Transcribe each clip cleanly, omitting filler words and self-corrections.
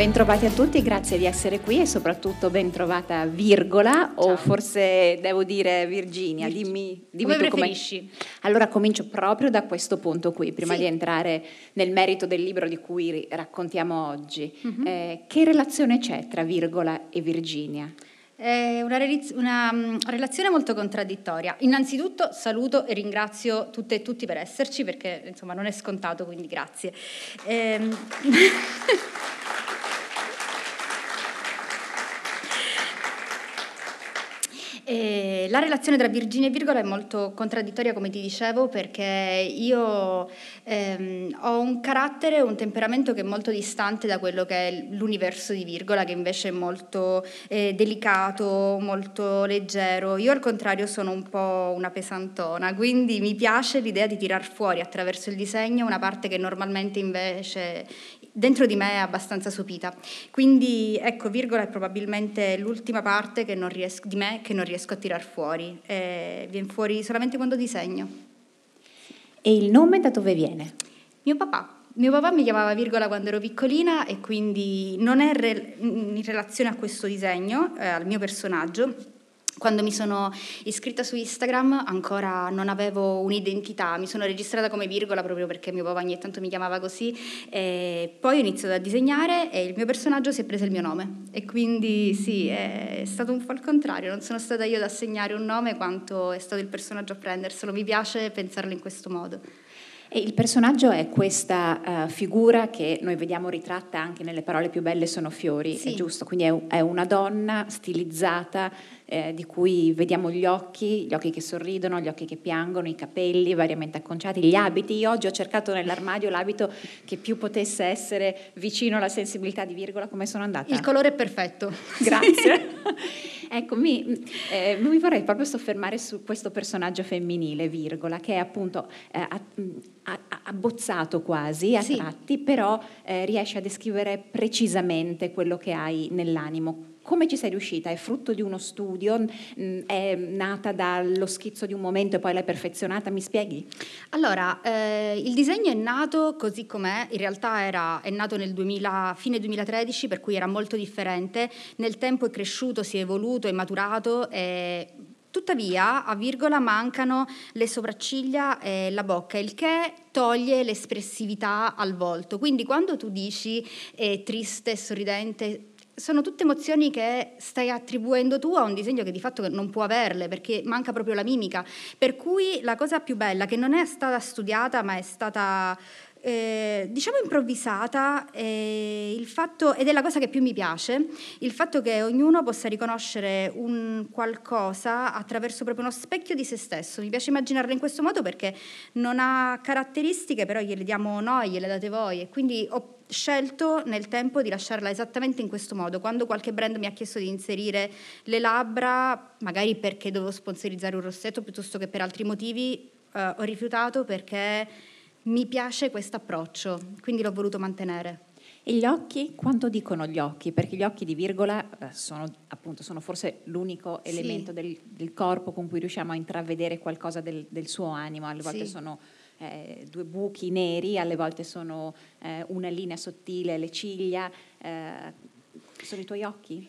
Bentrovati a tutti e grazie di essere qui e soprattutto bentrovata Virgola. Ciao. O forse devo dire Virginia, dimmi come tu preferisci. Allora comincio proprio da questo punto qui, prima di entrare nel merito del libro di cui raccontiamo oggi. Che relazione c'è tra Virgola e Virginia? È una relazione molto contraddittoria. Innanzitutto saluto e ringrazio tutte e tutti per esserci, perché insomma non è scontato, quindi grazie. La relazione tra Virginia e Virgola è molto contraddittoria, come ti dicevo, perché io ho un carattere, un temperamento che è molto distante da quello che è l'universo di Virgola, che invece è molto delicato, molto leggero. Io al contrario sono un po' una pesantona, quindi mi piace l'idea di tirar fuori attraverso il disegno una parte che normalmente invece dentro di me è abbastanza sopita. Quindi ecco, Virgola è probabilmente l'ultima parte di me che non riesco a tirar fuori, viene fuori solamente quando disegno. E il nome da dove viene? Mio papà mi chiamava Virgola quando ero piccolina e quindi non è in relazione a questo disegno, al mio personaggio. Quando mi sono iscritta su Instagram ancora non avevo un'identità, mi sono registrata come Virgola proprio perché mio papà ogni tanto mi chiamava così, e poi ho iniziato a disegnare e il mio personaggio si è preso il mio nome e quindi sì, è stato un po' il contrario, non sono stata io ad assegnare un nome quanto è stato il personaggio a prenderselo, mi piace pensarlo in questo modo. E il personaggio è questa figura che noi vediamo ritratta anche nelle parole più belle sono fiori, sì. È giusto? Quindi è una donna stilizzata di cui vediamo gli occhi che sorridono, gli occhi che piangono, i capelli variamente acconciati, gli abiti. Io oggi ho cercato nell'armadio l'abito che più potesse essere vicino alla sensibilità di Virgola. Come sono andata? Il colore è perfetto. Grazie. Ecco, mi vorrei proprio soffermare su questo personaggio femminile, Virgola, che è appunto abbozzato quasi a tratti, però riesce a descrivere precisamente quello che hai nell'animo. Come ci sei riuscita? È frutto di uno studio? È nata dallo schizzo di un momento e poi l'hai perfezionata? Mi spieghi? Allora, il disegno è nato così com'è, in realtà è nato nel fine 2013, per cui era molto differente. Nel tempo è cresciuto, si è evoluto, è maturato e tuttavia a Virgola mancano le sopracciglia e la bocca, il che toglie l'espressività al volto. Quindi quando tu dici triste, sorridente, sono tutte emozioni che stai attribuendo tu a un disegno che di fatto non può averle perché manca proprio la mimica. Per cui la cosa più bella, che non è stata studiata ma è stata diciamo improvvisata, il fatto, ed è la cosa che più mi piace, il fatto che ognuno possa riconoscere un qualcosa attraverso proprio uno specchio di se stesso. Mi piace immaginarlo in questo modo perché non ha caratteristiche, però gliele diamo noi, gliele date voi, e quindi ho scelto nel tempo di lasciarla esattamente in questo modo. Quando qualche brand mi ha chiesto di inserire le labbra, magari perché dovevo sponsorizzare un rossetto piuttosto che per altri motivi, ho rifiutato perché mi piace questo approccio, quindi l'ho voluto mantenere. E gli occhi? Quanto dicono gli occhi? Perché gli occhi di Virgola sono forse l'unico elemento del corpo con cui riusciamo a intravedere qualcosa del suo animo. Alle volte sono due buchi neri, alle volte sono una linea sottile, le ciglia. Sono i tuoi occhi?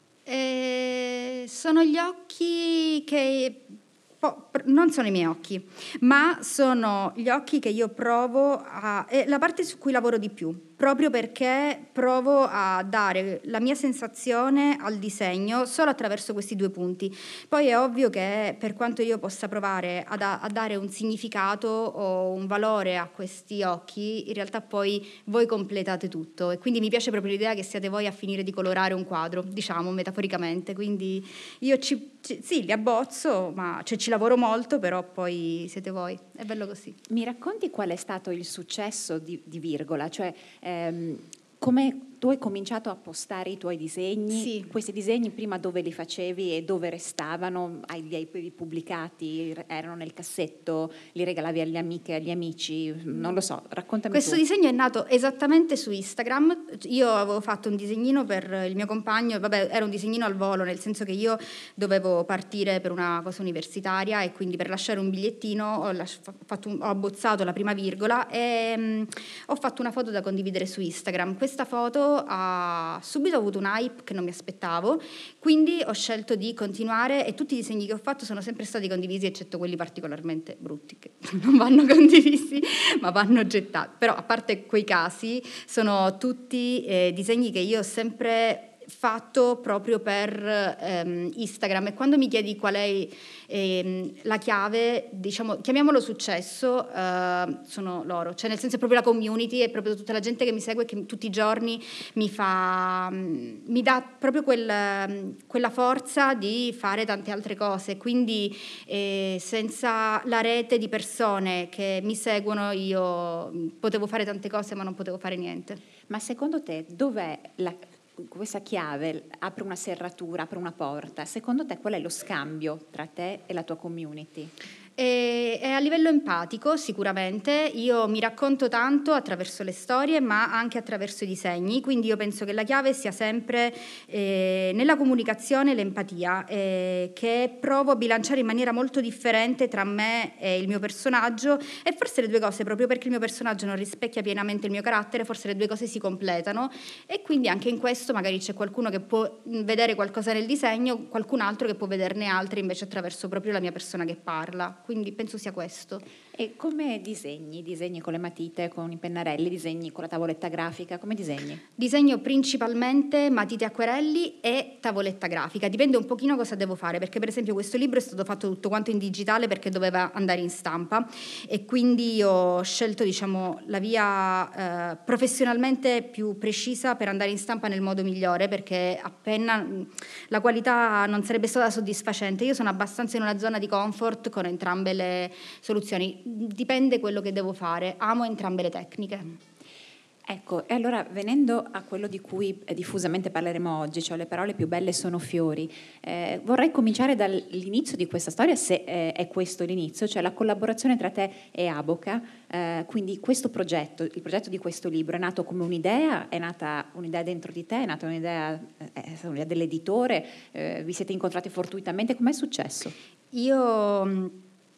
Sono gli occhi che... non sono i miei occhi, ma sono gli occhi che io provo è la parte su cui lavoro di più, proprio perché provo a dare la mia sensazione al disegno solo attraverso questi due punti. Poi è ovvio che per quanto io possa provare a dare un significato o un valore a questi occhi, in realtà poi voi completate tutto, e quindi mi piace proprio l'idea che siate voi a finire di colorare un quadro, diciamo metaforicamente. Quindi io sì, li abbozzo, ma ci lavoro molto, però poi siete voi, è bello così. Mi racconti qual è stato il successo di Virgola? Cioè, come tu hai cominciato a postare i tuoi disegni? Sì. Questi disegni prima dove li facevi e dove restavano? Li hai pubblicati? Erano nel cassetto? Li regalavi alle amiche, agli amici? Non lo so, raccontami Questo disegno è nato esattamente su Instagram. Io avevo fatto un disegnino per il mio compagno, era un disegnino al volo, nel senso che io dovevo partire per una cosa universitaria e quindi per lasciare un bigliettino ho abbozzato la prima virgola e ho fatto una foto da condividere su Instagram. Questa foto ha subito avuto un hype che non mi aspettavo, quindi ho scelto di continuare e tutti i disegni che ho fatto sono sempre stati condivisi, eccetto quelli particolarmente brutti che non vanno condivisi ma vanno gettati. Però a parte quei casi sono tutti disegni che io ho sempre fatto proprio per Instagram, e quando mi chiedi qual è la chiave, diciamo, chiamiamolo successo, sono loro, cioè nel senso è proprio la community, è proprio tutta la gente che mi segue, che tutti i giorni mi dà proprio quella forza di fare tante altre cose, quindi senza la rete di persone che mi seguono io potevo fare tante cose ma non potevo fare niente. Ma secondo te dov'è questa chiave? Apre una serratura, apre una porta. Secondo te qual è lo scambio tra te e la tua community? È a livello empatico sicuramente, io mi racconto tanto attraverso le storie ma anche attraverso i disegni, quindi io penso che la chiave sia sempre nella comunicazione l'empatia, che provo a bilanciare in maniera molto differente tra me e il mio personaggio, e forse le due cose, proprio perché il mio personaggio non rispecchia pienamente il mio carattere, forse le due cose si completano, e quindi anche in questo magari c'è qualcuno che può vedere qualcosa nel disegno, qualcun altro che può vederne altri invece attraverso proprio la mia persona che parla. Quindi penso sia questo. E come disegni? Disegni con le matite, con i pennarelli, disegni con la tavoletta grafica, come disegni? Disegno principalmente matite, acquerelli e tavoletta grafica, dipende un pochino cosa devo fare, perché per esempio questo libro è stato fatto tutto quanto in digitale perché doveva andare in stampa, e quindi ho scelto, diciamo, la via professionalmente più precisa per andare in stampa nel modo migliore, perché a penna la qualità non sarebbe stata soddisfacente. Io sono abbastanza in una zona di comfort con entrambe le soluzioni, dipende quello che devo fare, amo entrambe le tecniche. Ecco, e allora venendo a quello di cui diffusamente parleremo oggi, cioè le parole più belle sono fiori, vorrei cominciare dall'inizio di questa storia, se è questo l'inizio, cioè la collaborazione tra te e Aboca. Quindi questo progetto, il progetto di questo libro è nato come un'idea, è nata un'idea dentro di te, è nata un'idea dell'editore, vi siete incontrati fortuitamente, com'è successo? Io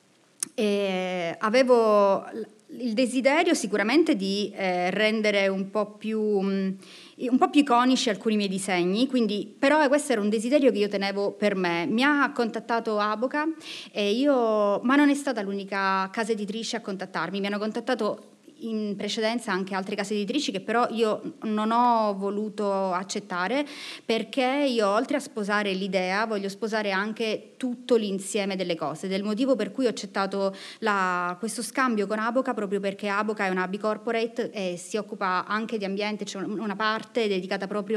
avevo il desiderio sicuramente di rendere un po' più iconici alcuni miei disegni, quindi, però questo era un desiderio che io tenevo per me. Mi ha contattato Aboca ma non è stata l'unica casa editrice a contattarmi, mi hanno contattato in precedenza anche altre case editrici che però io non ho voluto accettare, perché io, oltre a sposare l'idea, voglio sposare anche tutto l'insieme delle cose, del motivo per cui ho accettato questo scambio con Aboca, proprio perché Aboca è una B Corporate e si occupa anche di ambiente, c'è una parte dedicata proprio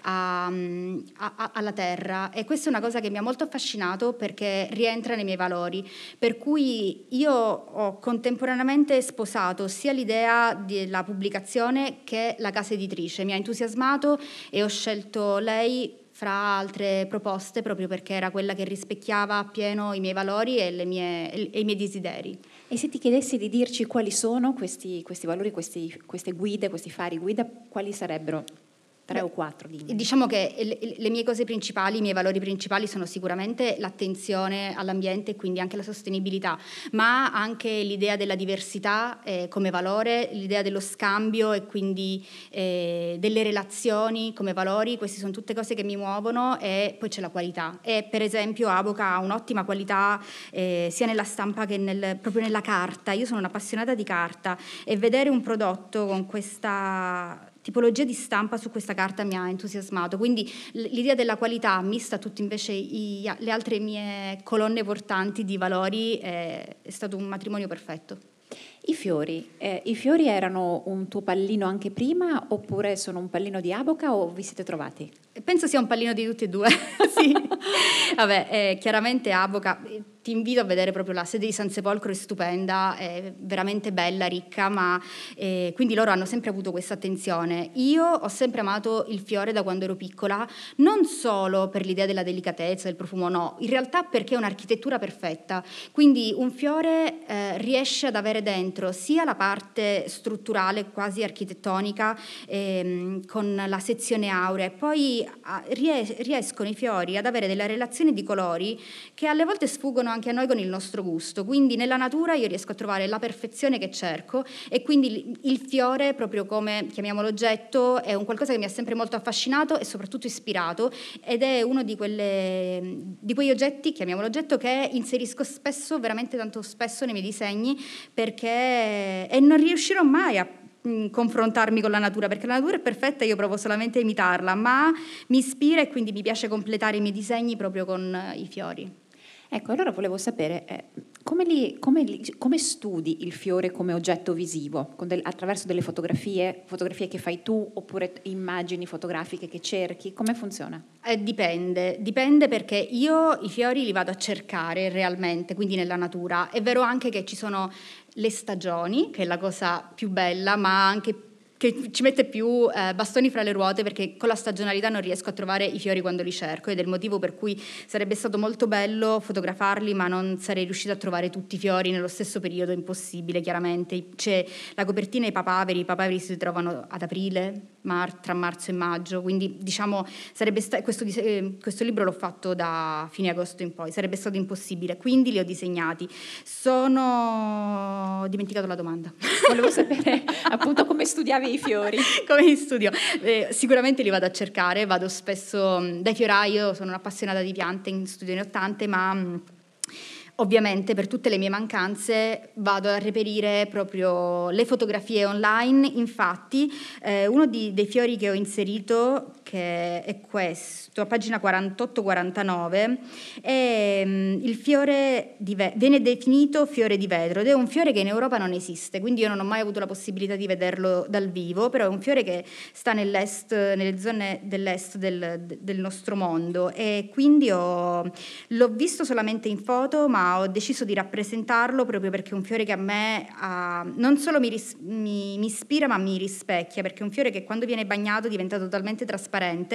alla terra, e questa è una cosa che mi ha molto affascinato perché rientra nei miei valori, per cui io ho contemporaneamente sposato sia l'idea della pubblicazione che la casa editrice. Mi ha entusiasmato e ho scelto lei fra altre proposte proprio perché era quella che rispecchiava appieno i miei valori e i miei desideri. E se ti chiedessi di dirci quali sono questi valori, queste guide, questi fari guida, quali sarebbero? 3 o 4? Diciamo che le mie cose principali, i miei valori principali sono sicuramente l'attenzione all'ambiente e quindi anche la sostenibilità, ma anche l'idea della diversità come valore, l'idea dello scambio e quindi delle relazioni come valori. Queste sono tutte cose che mi muovono, e poi c'è la qualità. E per esempio Aboca ha un'ottima qualità sia nella stampa che proprio nella carta. Io sono un'appassionata di carta, e vedere un prodotto con questa tipologia di stampa su questa carta mi ha entusiasmato, quindi l'idea della qualità mista a tutte invece le altre mie colonne portanti di valori è stato un matrimonio perfetto. I fiori erano un tuo pallino anche prima, oppure sono un pallino di Aboca, o vi siete trovati? Penso sia un pallino di tutti e due. Sì. Vabbè, chiaramente Aboca, ti invito a vedere proprio la sede di San Sepolcro, è stupenda, è veramente bella, ricca, ma quindi loro hanno sempre avuto questa attenzione. Io ho sempre amato il fiore da quando ero piccola, non solo per l'idea della delicatezza, del profumo, no, in realtà perché è un'architettura perfetta, quindi un fiore riesce ad avere dentro sia la parte strutturale quasi architettonica con la sezione aurea, e poi riescono i fiori ad avere delle relazioni di colori che alle volte sfuggono anche a noi con il nostro gusto, quindi nella natura io riesco a trovare la perfezione che cerco e quindi il fiore, proprio come chiamiamolo oggetto, è un qualcosa che mi ha sempre molto affascinato e soprattutto ispirato, ed è uno di quegli oggetti, chiamiamolo oggetto, che inserisco spesso, veramente tanto spesso nei miei disegni, perché e non riuscirò mai a confrontarmi con la natura, perché la natura è perfetta e io provo solamente a imitarla, ma mi ispira e quindi mi piace completare i miei disegni proprio con i fiori. Ecco, allora volevo sapere come studi il fiore come oggetto visivo, attraverso delle fotografie che fai tu, oppure immagini fotografiche che cerchi, come funziona? Dipende perché io i fiori li vado a cercare realmente, quindi nella natura. È vero anche che ci sono le stagioni, che è la cosa più bella, ma anche che ci mette più bastoni fra le ruote, perché con la stagionalità non riesco a trovare i fiori quando li cerco, ed è il motivo per cui sarebbe stato molto bello fotografarli, ma non sarei riuscita a trovare tutti i fiori nello stesso periodo, impossibile chiaramente. C'è la copertina e i papaveri si trovano ad aprile, tra marzo e maggio, quindi diciamo questo libro l'ho fatto da fine agosto in poi, sarebbe stato impossibile, quindi li ho disegnati. Ho dimenticato la domanda. Volevo sapere appunto come studiavi i fiori. Come in studio? Sicuramente li vado a cercare, vado spesso dai fiorai, io sono un'appassionata di piante, in studio ne ho tante, ma ovviamente per tutte le mie mancanze vado a reperire proprio le fotografie online. Infatti uno dei fiori che ho inserito, che è questo, a pagina 48-49, il fiore viene definito fiore di vetro, ed è un fiore che in Europa non esiste, quindi io non ho mai avuto la possibilità di vederlo dal vivo, però è un fiore che sta nell'est, nelle zone dell'est del nostro mondo, e quindi l'ho visto solamente in foto, ma ho deciso di rappresentarlo proprio perché è un fiore che a me non solo mi ispira, ma mi rispecchia, perché è un fiore che quando viene bagnato diventa totalmente trasparente,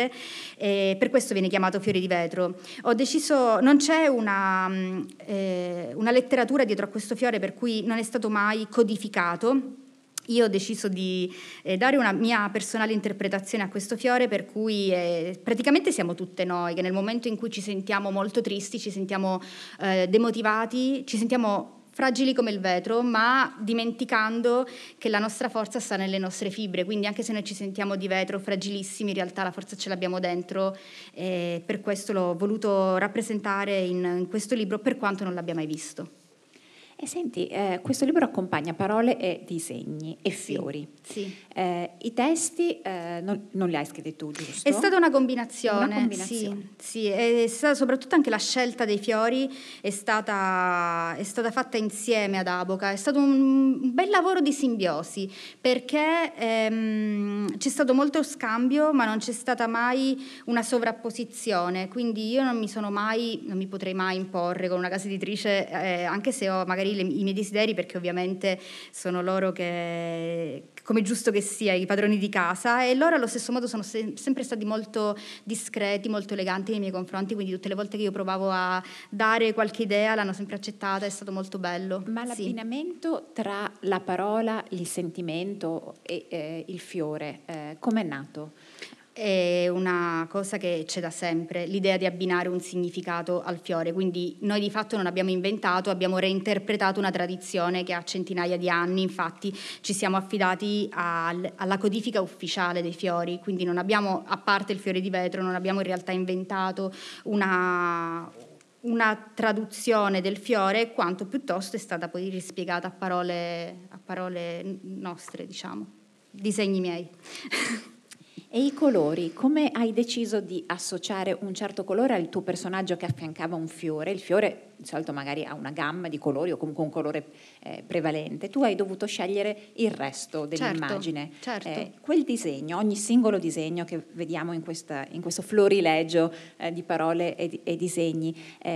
e per questo viene chiamato fiore di vetro. Ho deciso, non c'è una letteratura dietro a questo fiore, per cui non è stato mai codificato. Io ho deciso di dare una mia personale interpretazione a questo fiore, per cui praticamente siamo tutte noi che nel momento in cui ci sentiamo molto tristi, ci sentiamo demotivati, ci sentiamo fragili come il vetro, ma dimenticando che la nostra forza sta nelle nostre fibre, quindi anche se noi ci sentiamo di vetro, fragilissimi, in realtà la forza ce l'abbiamo dentro, e per questo l'ho voluto rappresentare in questo libro, per quanto non l'abbia mai visto. E senti, questo libro accompagna parole e disegni e fiori. Sì. I testi non li hai scritti tu, giusto? È stata una combinazione. Una combinazione. Sì, è stata soprattutto anche la scelta dei fiori è stata fatta insieme ad Aboca. È stato un bel lavoro di simbiosi, perché c'è stato molto scambio, ma non c'è stata mai una sovrapposizione. Quindi io non mi potrei mai imporre con una casa editrice, anche se ho magari i miei desideri, perché ovviamente sono loro che, come giusto che sia, i padroni di casa, e loro allo stesso modo sono sempre stati molto discreti, molto eleganti nei miei confronti, quindi tutte le volte che io provavo a dare qualche idea l'hanno sempre accettata, è stato molto bello. Ma l'abbinamento tra la parola, il sentimento e il fiore, com'è nato? È una cosa che c'è da sempre, l'idea di abbinare un significato al fiore, quindi noi di fatto non abbiamo inventato, abbiamo reinterpretato una tradizione che ha centinaia di anni. Infatti ci siamo affidati alla codifica ufficiale dei fiori, quindi non abbiamo, a parte il fiore di vetro, non abbiamo in realtà inventato una traduzione del fiore, quanto piuttosto è stata poi rispiegata a parole nostre, diciamo, disegni miei. E i colori, come hai deciso di associare un certo colore al tuo personaggio che affiancava un fiore? Il fiore di solito magari ha una gamma di colori o comunque un colore prevalente. Tu hai dovuto scegliere il resto dell'immagine. Certo. Quel disegno, ogni singolo disegno che vediamo in questo florilegio di parole e disegni,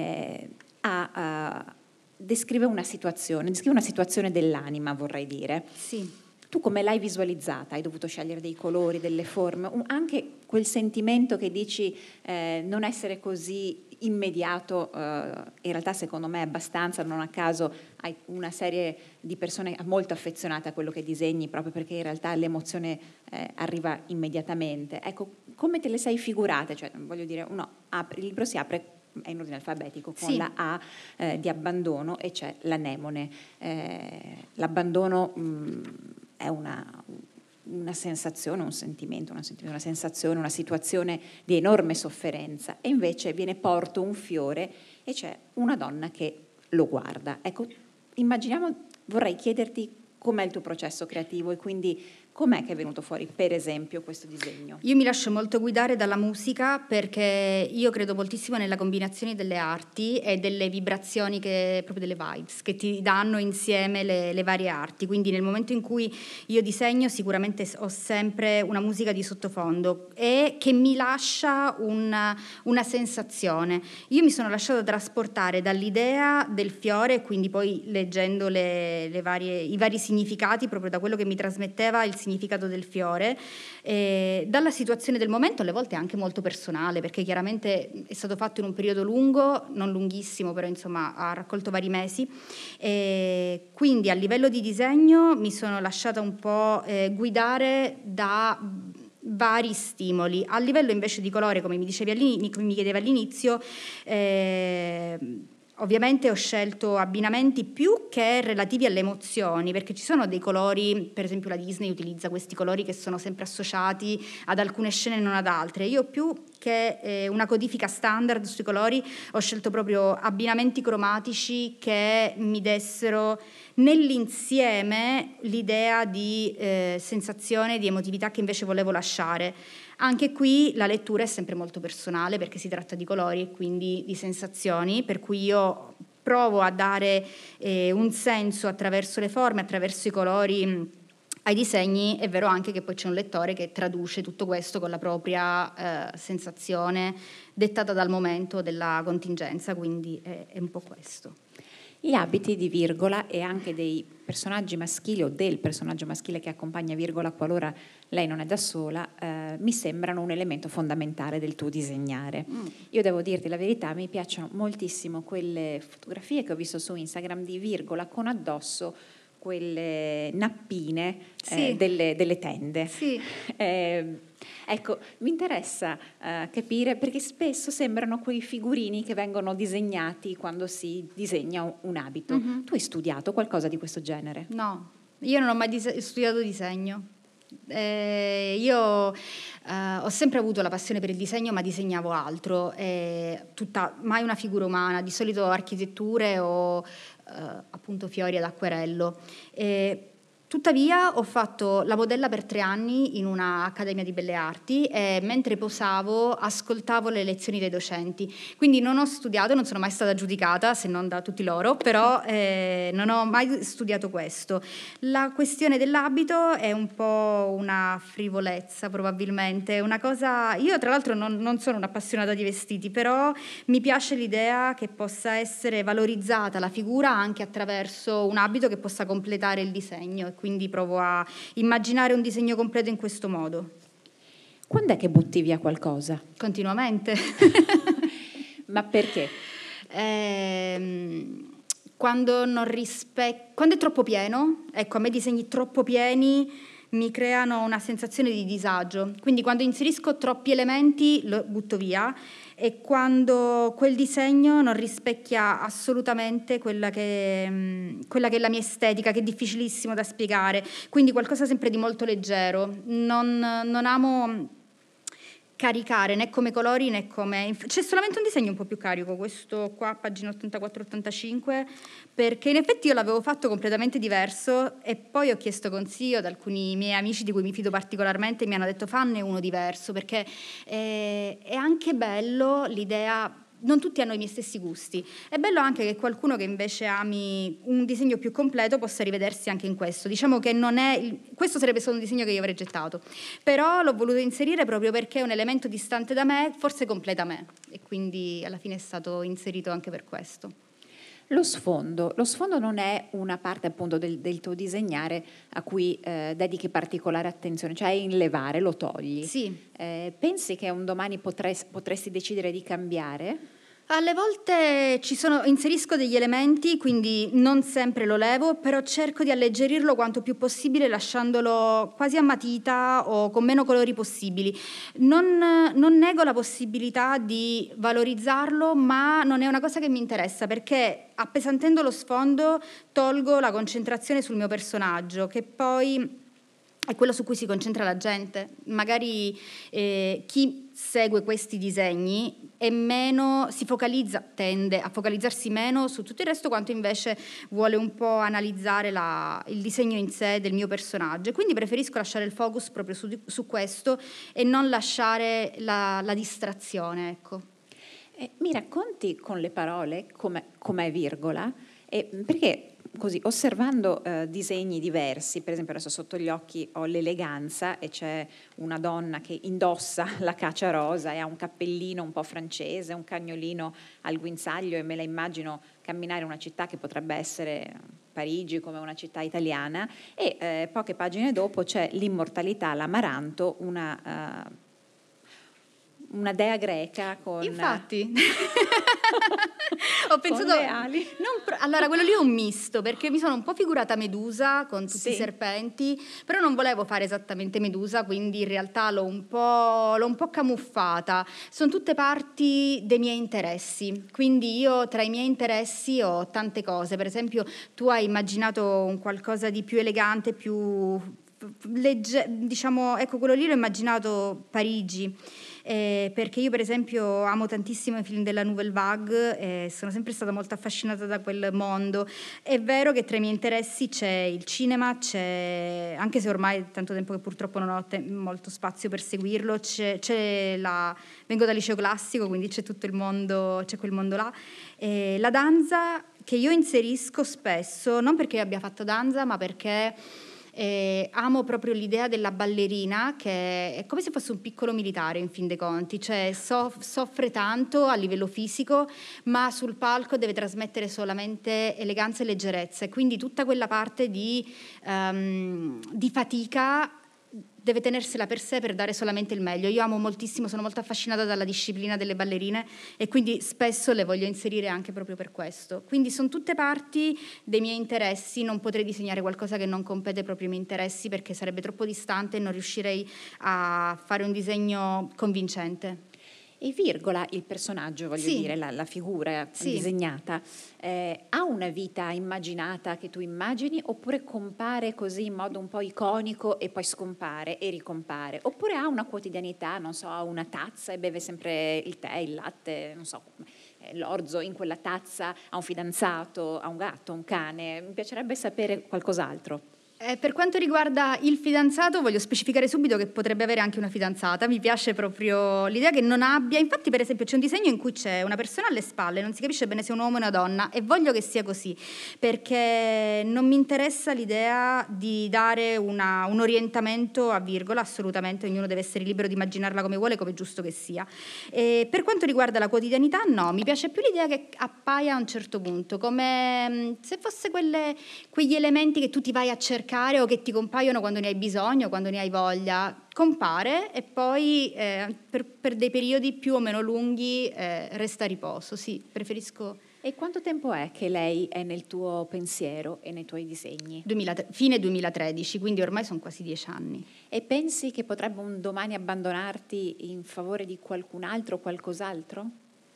descrive una situazione dell'anima, vorrei dire. Sì. Tu come l'hai visualizzata? Hai dovuto scegliere dei colori, delle forme, anche quel sentimento che dici non essere così immediato, in realtà secondo me è abbastanza, non a caso hai una serie di persone molto affezionate a quello che disegni, proprio perché in realtà l'emozione arriva immediatamente. Ecco, come te le sei figurate? Cioè, voglio dire, il libro si apre è in ordine alfabetico, con la A di abbandono, e c'è l'anemone. L'abbandono è una sensazione, un sentimento, una sensazione, una situazione di enorme sofferenza, e invece viene porto un fiore e c'è una donna che lo guarda. Ecco, vorrei chiederti com'è il tuo processo creativo e quindi com'è che è venuto fuori, per esempio, questo disegno? Io mi lascio molto guidare dalla musica, perché io credo moltissimo nella combinazione delle arti e delle vibrazioni, proprio delle vibes che ti danno insieme le varie arti. Quindi nel momento in cui io disegno, sicuramente ho sempre una musica di sottofondo e che mi lascia una sensazione. Io mi sono lasciata trasportare dall'idea del fiore, quindi poi leggendo i vari significati, proprio da quello che mi trasmetteva il significato del fiore, dalla situazione del momento, alle volte anche molto personale, perché chiaramente è stato fatto in un periodo lungo, non lunghissimo, però insomma ha raccolto vari mesi, quindi a livello di disegno mi sono lasciata un po' guidare da vari stimoli. A livello invece di colore, come mi chiedeva all'inizio, ovviamente ho scelto abbinamenti più che relativi alle emozioni, perché ci sono dei colori, per esempio la Disney utilizza questi colori che sono sempre associati ad alcune scene e non ad altre. Io, più che una codifica standard sui colori, ho scelto proprio abbinamenti cromatici che mi dessero nell'insieme l'idea di sensazione, di emotività che invece volevo lasciare. Anche qui la lettura è sempre molto personale, perché si tratta di colori e quindi di sensazioni, per cui io provo a dare un senso attraverso le forme, attraverso i colori ai disegni. È vero anche che poi c'è un lettore che traduce tutto questo con la propria sensazione dettata dal momento della contingenza, quindi è un po' questo. Gli abiti di Virgola e anche dei personaggi maschili o del personaggio maschile che accompagna Virgola qualora lei non è da sola, mi sembrano un elemento fondamentale del tuo disegnare. Io devo dirti la verità, mi piacciono moltissimo quelle fotografie che ho visto su Instagram di Virgola con addosso quelle nappine delle tende. Sì. Ecco, mi interessa capire, perché spesso sembrano quei figurini che vengono disegnati quando si disegna un abito. Tu hai studiato qualcosa di questo genere? No, io non ho mai studiato disegno. Io ho sempre avuto la passione per il disegno, ma disegnavo altro, mai una figura umana, di solito architetture o appunto fiori ad acquerello. Tuttavia ho fatto la modella per 3 anni in una accademia di belle arti e mentre posavo ascoltavo le lezioni dei docenti, quindi non ho studiato, non sono mai stata giudicata, se non da tutti loro, però non ho mai studiato questo. La questione dell'abito è un po' una frivolezza, probabilmente, una cosa. Io tra l'altro non sono un'appassionata di vestiti, però mi piace l'idea che possa essere valorizzata la figura anche attraverso un abito che possa completare il disegno, e quindi provo a immaginare un disegno completo in questo modo. Quando è che butti via qualcosa? Continuamente. Ma perché? Quando è troppo pieno, ecco, a me disegni troppo pieni mi creano una sensazione di disagio, quindi quando inserisco troppi elementi lo butto via, e quando quel disegno non rispecchia assolutamente quella che è la mia estetica, che è difficilissimo da spiegare, quindi qualcosa sempre di molto leggero. Non amo caricare né come colori né come. C'è solamente un disegno un po' più carico, questo qua, pagina 84-85, perché in effetti io l'avevo fatto completamente diverso e poi ho chiesto consiglio ad alcuni miei amici di cui mi fido particolarmente e mi hanno detto fanne uno diverso, perché è anche bello l'idea. Non tutti hanno i miei stessi gusti. È bello anche che qualcuno che invece ami un disegno più completo possa rivedersi anche in questo. Diciamo che questo sarebbe stato un disegno che io avrei gettato, però l'ho voluto inserire proprio perché è un elemento distante da me, forse completa me, e quindi alla fine è stato inserito anche per questo. Lo sfondo non è una parte appunto del tuo disegnare a cui dedichi particolare attenzione, cioè in levare, lo togli. Sì. Pensi che un domani potresti decidere di cambiare? Alle volte inserisco degli elementi, quindi non sempre lo levo, però cerco di alleggerirlo quanto più possibile, lasciandolo quasi a matita o con meno colori possibili. Non nego la possibilità di valorizzarlo, ma non è una cosa che mi interessa, perché appesantendo lo sfondo tolgo la concentrazione sul mio personaggio, che poi è quello su cui si concentra la gente. Magari chi segue questi disegni tende a focalizzarsi meno su tutto il resto, quanto invece vuole un po' analizzare il disegno in sé del mio personaggio. Quindi preferisco lasciare il focus proprio su questo e non lasciare la distrazione, ecco. Mi racconti con le parole com'è Virgola? Perché così, osservando disegni diversi, per esempio adesso sotto gli occhi ho l'eleganza e c'è una donna che indossa la cacia rosa e ha un cappellino un po' francese, un cagnolino al guinzaglio, e me la immagino camminare in una città che potrebbe essere Parigi, come una città italiana, e poche pagine dopo c'è l'immortalità, l'amaranto, una dea greca con... Infatti, ho pensato... con le ali. Allora, quello lì è un misto, perché mi sono un po' figurata Medusa con tutti i serpenti, però non volevo fare esattamente Medusa, quindi in realtà l'ho un po' camuffata. Sono tutte parti dei miei interessi, quindi io tra i miei interessi ho tante cose. Per esempio, tu hai immaginato un qualcosa di più elegante, più... diciamo, ecco, quello lì l'ho immaginato Parigi. Perché io per esempio amo tantissimo i film della Nouvelle Vague e sono sempre stata molto affascinata da quel mondo. È vero che tra i miei interessi c'è il cinema, anche se ormai è tanto tempo che purtroppo non ho molto spazio per seguirlo, vengo dal liceo classico, quindi c'è tutto il mondo, c'è quel mondo là. La danza che io inserisco spesso, non perché io abbia fatto danza, ma perché amo proprio l'idea della ballerina, che è come se fosse un piccolo militare in fin dei conti, cioè soffre tanto a livello fisico, ma sul palco deve trasmettere solamente eleganza e leggerezza, e quindi tutta quella parte di fatica deve tenersela per sé per dare solamente il meglio. Io amo moltissimo, sono molto affascinata dalla disciplina delle ballerine e quindi spesso le voglio inserire anche proprio per questo. Quindi sono tutte parti dei miei interessi, non potrei disegnare qualcosa che non compete proprio ai miei interessi perché sarebbe troppo distante e non riuscirei a fare un disegno convincente. E Virgola, il personaggio, voglio dire, la figura disegnata, ha una vita immaginata che tu immagini, oppure compare così in modo un po' iconico e poi scompare e ricompare? Oppure ha una quotidianità, non so, ha una tazza e beve sempre il tè, il latte, non so, l'orzo in quella tazza, ha un fidanzato, ha un gatto, un cane? Mi piacerebbe sapere qualcos'altro. Per quanto riguarda il fidanzato, voglio specificare subito che potrebbe avere anche una fidanzata. Mi piace proprio l'idea che non abbia. Infatti, per esempio, c'è un disegno in cui c'è una persona alle spalle, non si capisce bene se è un uomo o una donna, e voglio che sia così, perché non mi interessa l'idea di dare un orientamento a Virgola, assolutamente, ognuno deve essere libero di immaginarla come vuole, come è giusto che sia. E per quanto riguarda la quotidianità, no, mi piace più l'idea che appaia a un certo punto, come se fosse quegli elementi che tu ti vai a cercare o che ti compaiono quando ne hai bisogno, quando ne hai voglia. Compare e poi per dei periodi più o meno lunghi resta a riposo. Sì, preferisco. E quanto tempo è che lei è nel tuo pensiero e nei tuoi disegni? Fine 2013, quindi ormai sono quasi 10 anni. E pensi che potrebbe un domani abbandonarti in favore di qualcun altro o qualcos'altro?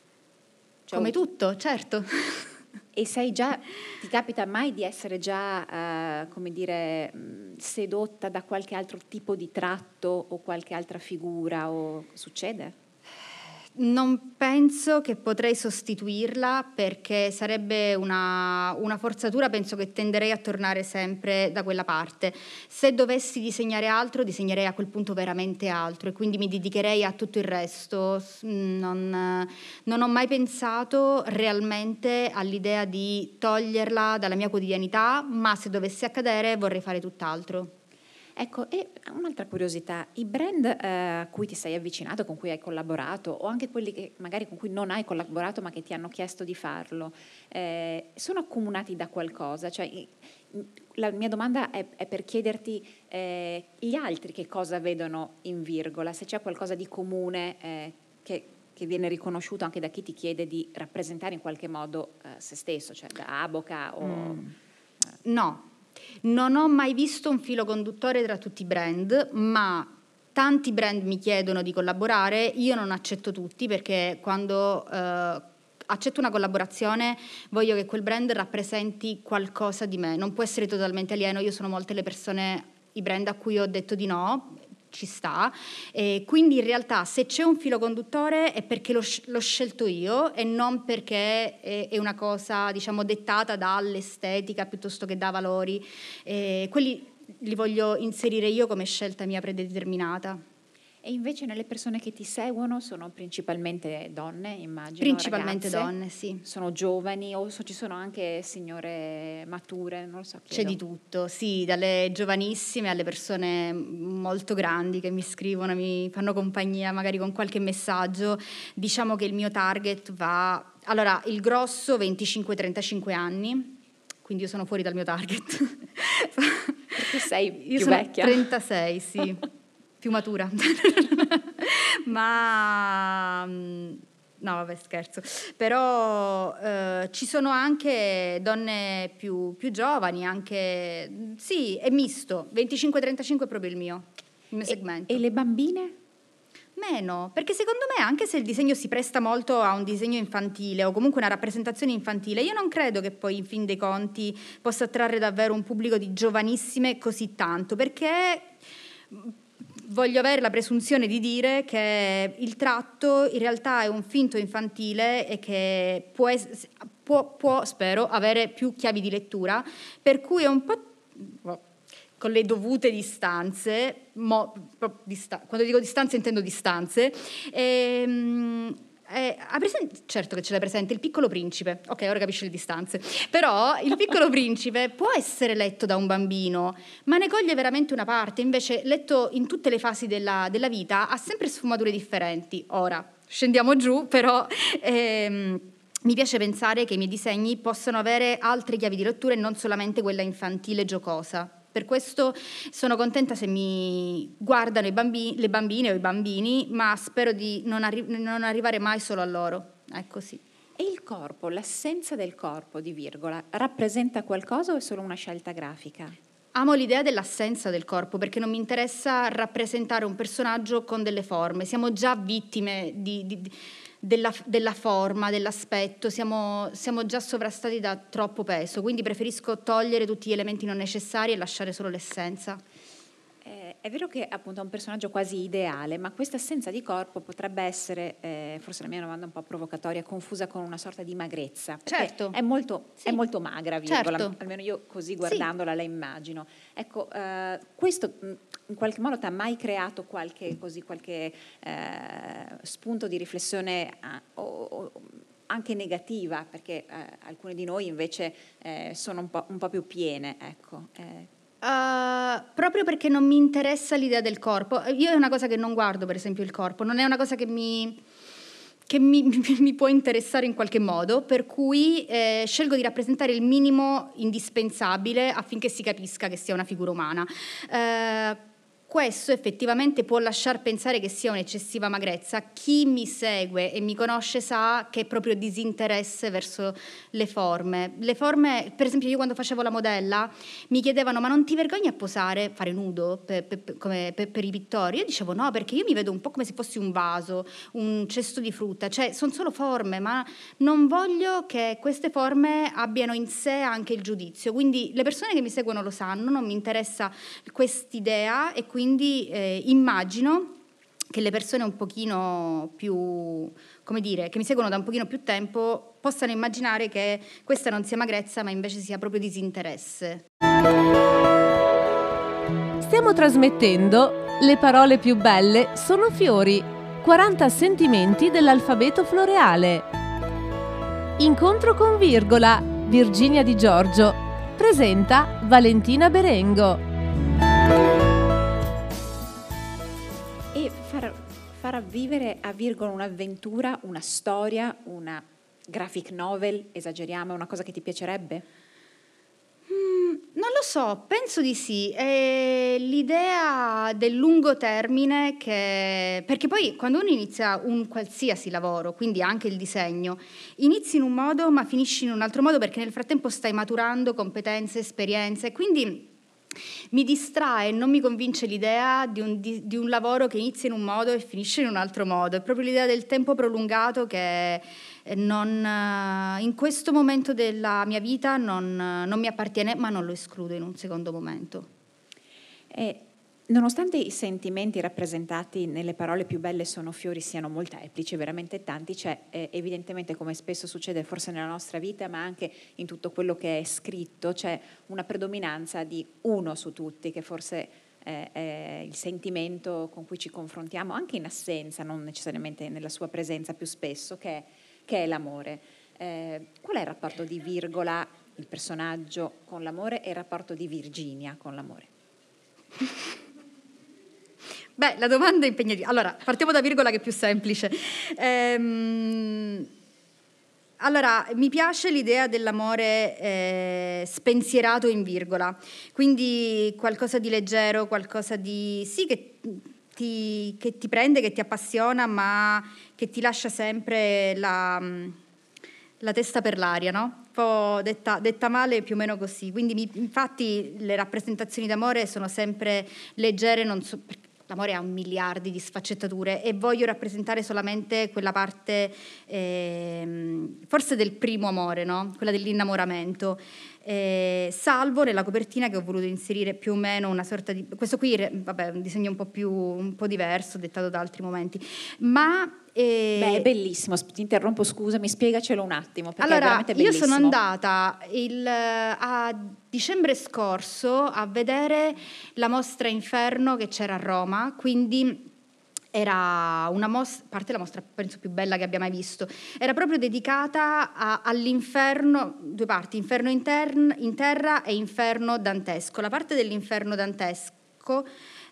Come tutto, certo. E ti capita mai di essere già, come dire, sedotta da qualche altro tipo di tratto o qualche altra figura? O succede? Non penso che potrei sostituirla perché sarebbe una forzatura, penso che tenderei a tornare sempre da quella parte. Se dovessi disegnare altro, disegnerei a quel punto veramente altro e quindi mi dedicherei a tutto il resto. Non ho mai pensato realmente all'idea di toglierla dalla mia quotidianità, ma se dovesse accadere vorrei fare tutt'altro. Ecco, e un'altra curiosità, i brand a cui ti sei avvicinato, con cui hai collaborato, o anche quelli che magari con cui non hai collaborato ma che ti hanno chiesto di farlo, sono accomunati da qualcosa? Cioè, la mia domanda è per chiederti gli altri che cosa vedono in Virgola, se c'è qualcosa di comune che che viene riconosciuto anche da chi ti chiede di rappresentare in qualche modo se stesso, cioè da Aboca o... No, non ho mai visto un filo conduttore tra tutti i brand, ma tanti brand mi chiedono di collaborare, io non accetto tutti perché quando accetto una collaborazione voglio che quel brand rappresenti qualcosa di me, non può essere totalmente alieno. Io sono molte le persone, i brand a cui ho detto di no, ci sta, e quindi in realtà se c'è un filo conduttore è perché l'ho scelto io e non perché è una cosa, diciamo, dettata dall'estetica piuttosto che da valori. Quelli li voglio inserire io come scelta mia predeterminata. E invece nelle persone che ti seguono sono principalmente donne, immagino? Principalmente ragazze, donne, sì. Sono giovani o ci sono anche signore mature? Non lo so, chiedo. C'è di tutto, sì, dalle giovanissime alle persone molto grandi che mi scrivono, mi fanno compagnia magari con qualche messaggio. Diciamo che il mio target va... Allora, il grosso 25-35 anni, quindi io sono fuori dal mio target. Perché sei io più sono vecchia? 36, sì. Più matura. Ma no, vabbè, scherzo. Però ci sono anche donne più giovani, anche sì, è misto. 25-35 è proprio il mio segmento. E le bambine? Meno, perché secondo me anche se il disegno si presta molto a un disegno infantile o comunque una rappresentazione infantile, io non credo che poi in fin dei conti possa attrarre davvero un pubblico di giovanissime così tanto, perché voglio avere la presunzione di dire che il tratto in realtà è un finto infantile e che può, spero, avere più chiavi di lettura, per cui è un po' con le dovute distanze, quando dico distanze intendo distanze, certo che ce l'hai presente, Il Piccolo Principe, ok, ora capisci le distanze, però Il Piccolo Principe può essere letto da un bambino, ma ne coglie veramente una parte, invece letto in tutte le fasi della vita ha sempre sfumature differenti. Ora, scendiamo giù, però... mi piace pensare che i miei disegni possano avere altre chiavi di lettura e non solamente quella infantile giocosa. Per questo sono contenta se mi guardano le bambine o i bambini, ma spero di non arrivare mai solo a loro. È così. E il corpo, l'assenza del corpo di Virgola, rappresenta qualcosa o è solo una scelta grafica? Amo l'idea dell'assenza del corpo perché non mi interessa rappresentare un personaggio con delle forme. Siamo già vittime della forma, dell'aspetto, siamo già sovrastati da troppo peso, quindi preferisco togliere tutti gli elementi non necessari e lasciare solo l'essenza. È vero che appunto è un personaggio quasi ideale, ma questa assenza di corpo potrebbe essere, forse la mia domanda è un po' provocatoria, confusa con una sorta di magrezza. Certo. È molto magra, Virgola, certo. Almeno io così guardandola la immagino. Ecco, questo in qualche modo ti ha mai creato qualche spunto di riflessione anche negativa, perché alcune di noi invece sono un po' più piene, ecco. Proprio perché non mi interessa l'idea del corpo. Io è una cosa che non guardo, per esempio il corpo, non è una cosa che mi può interessare in qualche modo, per cui scelgo di rappresentare il minimo indispensabile affinché si capisca che sia una figura umana. Questo effettivamente può lasciar pensare che sia un'eccessiva magrezza. Chi mi segue e mi conosce sa che è proprio disinteresse verso le forme. Le forme, per esempio io quando facevo la modella mi chiedevano: ma non ti vergogni a posare, fare nudo come per i pittori? Io dicevo no, perché io mi vedo un po' come se fossi un vaso, un cesto di frutta, cioè sono solo forme, ma non voglio che queste forme abbiano in sé anche il giudizio. Quindi le persone che mi seguono lo sanno, non mi interessa quest'idea e quindi immagino che le persone un pochino più, come dire, che mi seguono da un pochino più tempo possano immaginare che questa non sia magrezza ma invece sia proprio disinteresse. Stiamo trasmettendo Le parole più belle sono fiori, 40 sentimenti dell'alfabeto floreale. Incontro con Virgola, Virginia Di Giorgio. Presenta Valentina Berengo. E far vivere a Virgola un'avventura, una storia, una graphic novel, esageriamo, è una cosa che ti piacerebbe? Non lo so, penso di sì. È l'idea del lungo termine perché poi quando uno inizia un qualsiasi lavoro, quindi anche il disegno, inizi in un modo ma finisci in un altro modo perché nel frattempo stai maturando competenze, esperienze, quindi mi distrae, non mi convince l'idea di un lavoro che inizia in un modo e finisce in un altro modo. È proprio l'idea del tempo prolungato che in questo momento della mia vita non mi appartiene, ma non lo escludo in un secondo momento. Nonostante i sentimenti rappresentati nelle parole più belle sono fiori siano molteplici, veramente tanti, c'è evidentemente, come spesso succede forse nella nostra vita, ma anche in tutto quello che è scritto, c'è una predominanza di uno su tutti, che forse è il sentimento con cui ci confrontiamo, anche in assenza, non necessariamente nella sua presenza più spesso, che è l'amore. Qual è il rapporto di Virgola, il personaggio, con l'amore, e il rapporto di Virginia con l'amore? Beh, la domanda è impegnativa. Allora, partiamo da Virgola, che è più semplice. Allora, mi piace l'idea dell'amore spensierato in Virgola, quindi qualcosa di leggero, qualcosa di sì, che ti prende, che ti appassiona, ma che ti lascia sempre la testa per l'aria, no? Un po' detta male, più o meno così. Quindi infatti le rappresentazioni d'amore sono sempre leggere, non so, perché l'amore ha miliardi di sfaccettature e voglio rappresentare solamente quella parte, forse del primo amore, no? Quella dell'innamoramento. Salvo nella copertina che ho voluto inserire più o meno una sorta di... Questo qui, vabbè, è un disegno un po' diverso, dettato da altri momenti, ma... Beh, è bellissimo, ti interrompo, scusami, spiegacelo un attimo, perché allora, è veramente bellissimo. Io sono andata a dicembre scorso a vedere la mostra Inferno che c'era a Roma, quindi era una mostra, a parte la mostra penso più bella che abbia mai visto, era proprio dedicata all'inferno, due parti, inferno in terra e inferno dantesco. La parte dell'inferno dantesco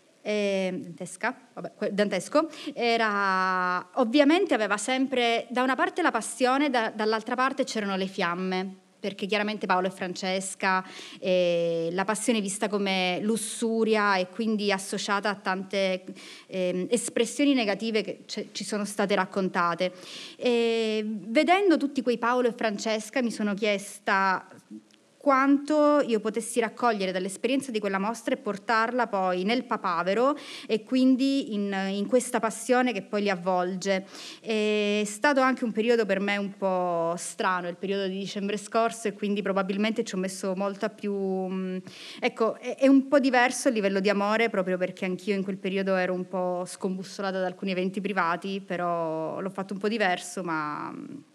dantesco era, ovviamente aveva sempre da una parte la passione, dall'altra parte c'erano le fiamme, perché chiaramente Paolo e Francesca, la passione vista come lussuria e quindi associata a tante espressioni negative che ci sono state raccontate. Vedendo tutti quei Paolo e Francesca mi sono chiesta quanto io potessi raccogliere dall'esperienza di quella mostra e portarla poi nel papavero e quindi in questa passione che poi li avvolge. È stato anche un periodo per me un po' strano, il periodo di dicembre scorso, e quindi probabilmente ci ho messo molta più... Ecco, è un po' diverso il livello di amore, proprio perché anch'io in quel periodo ero un po' scombussolata da alcuni eventi privati, però l'ho fatto un po' diverso, ma...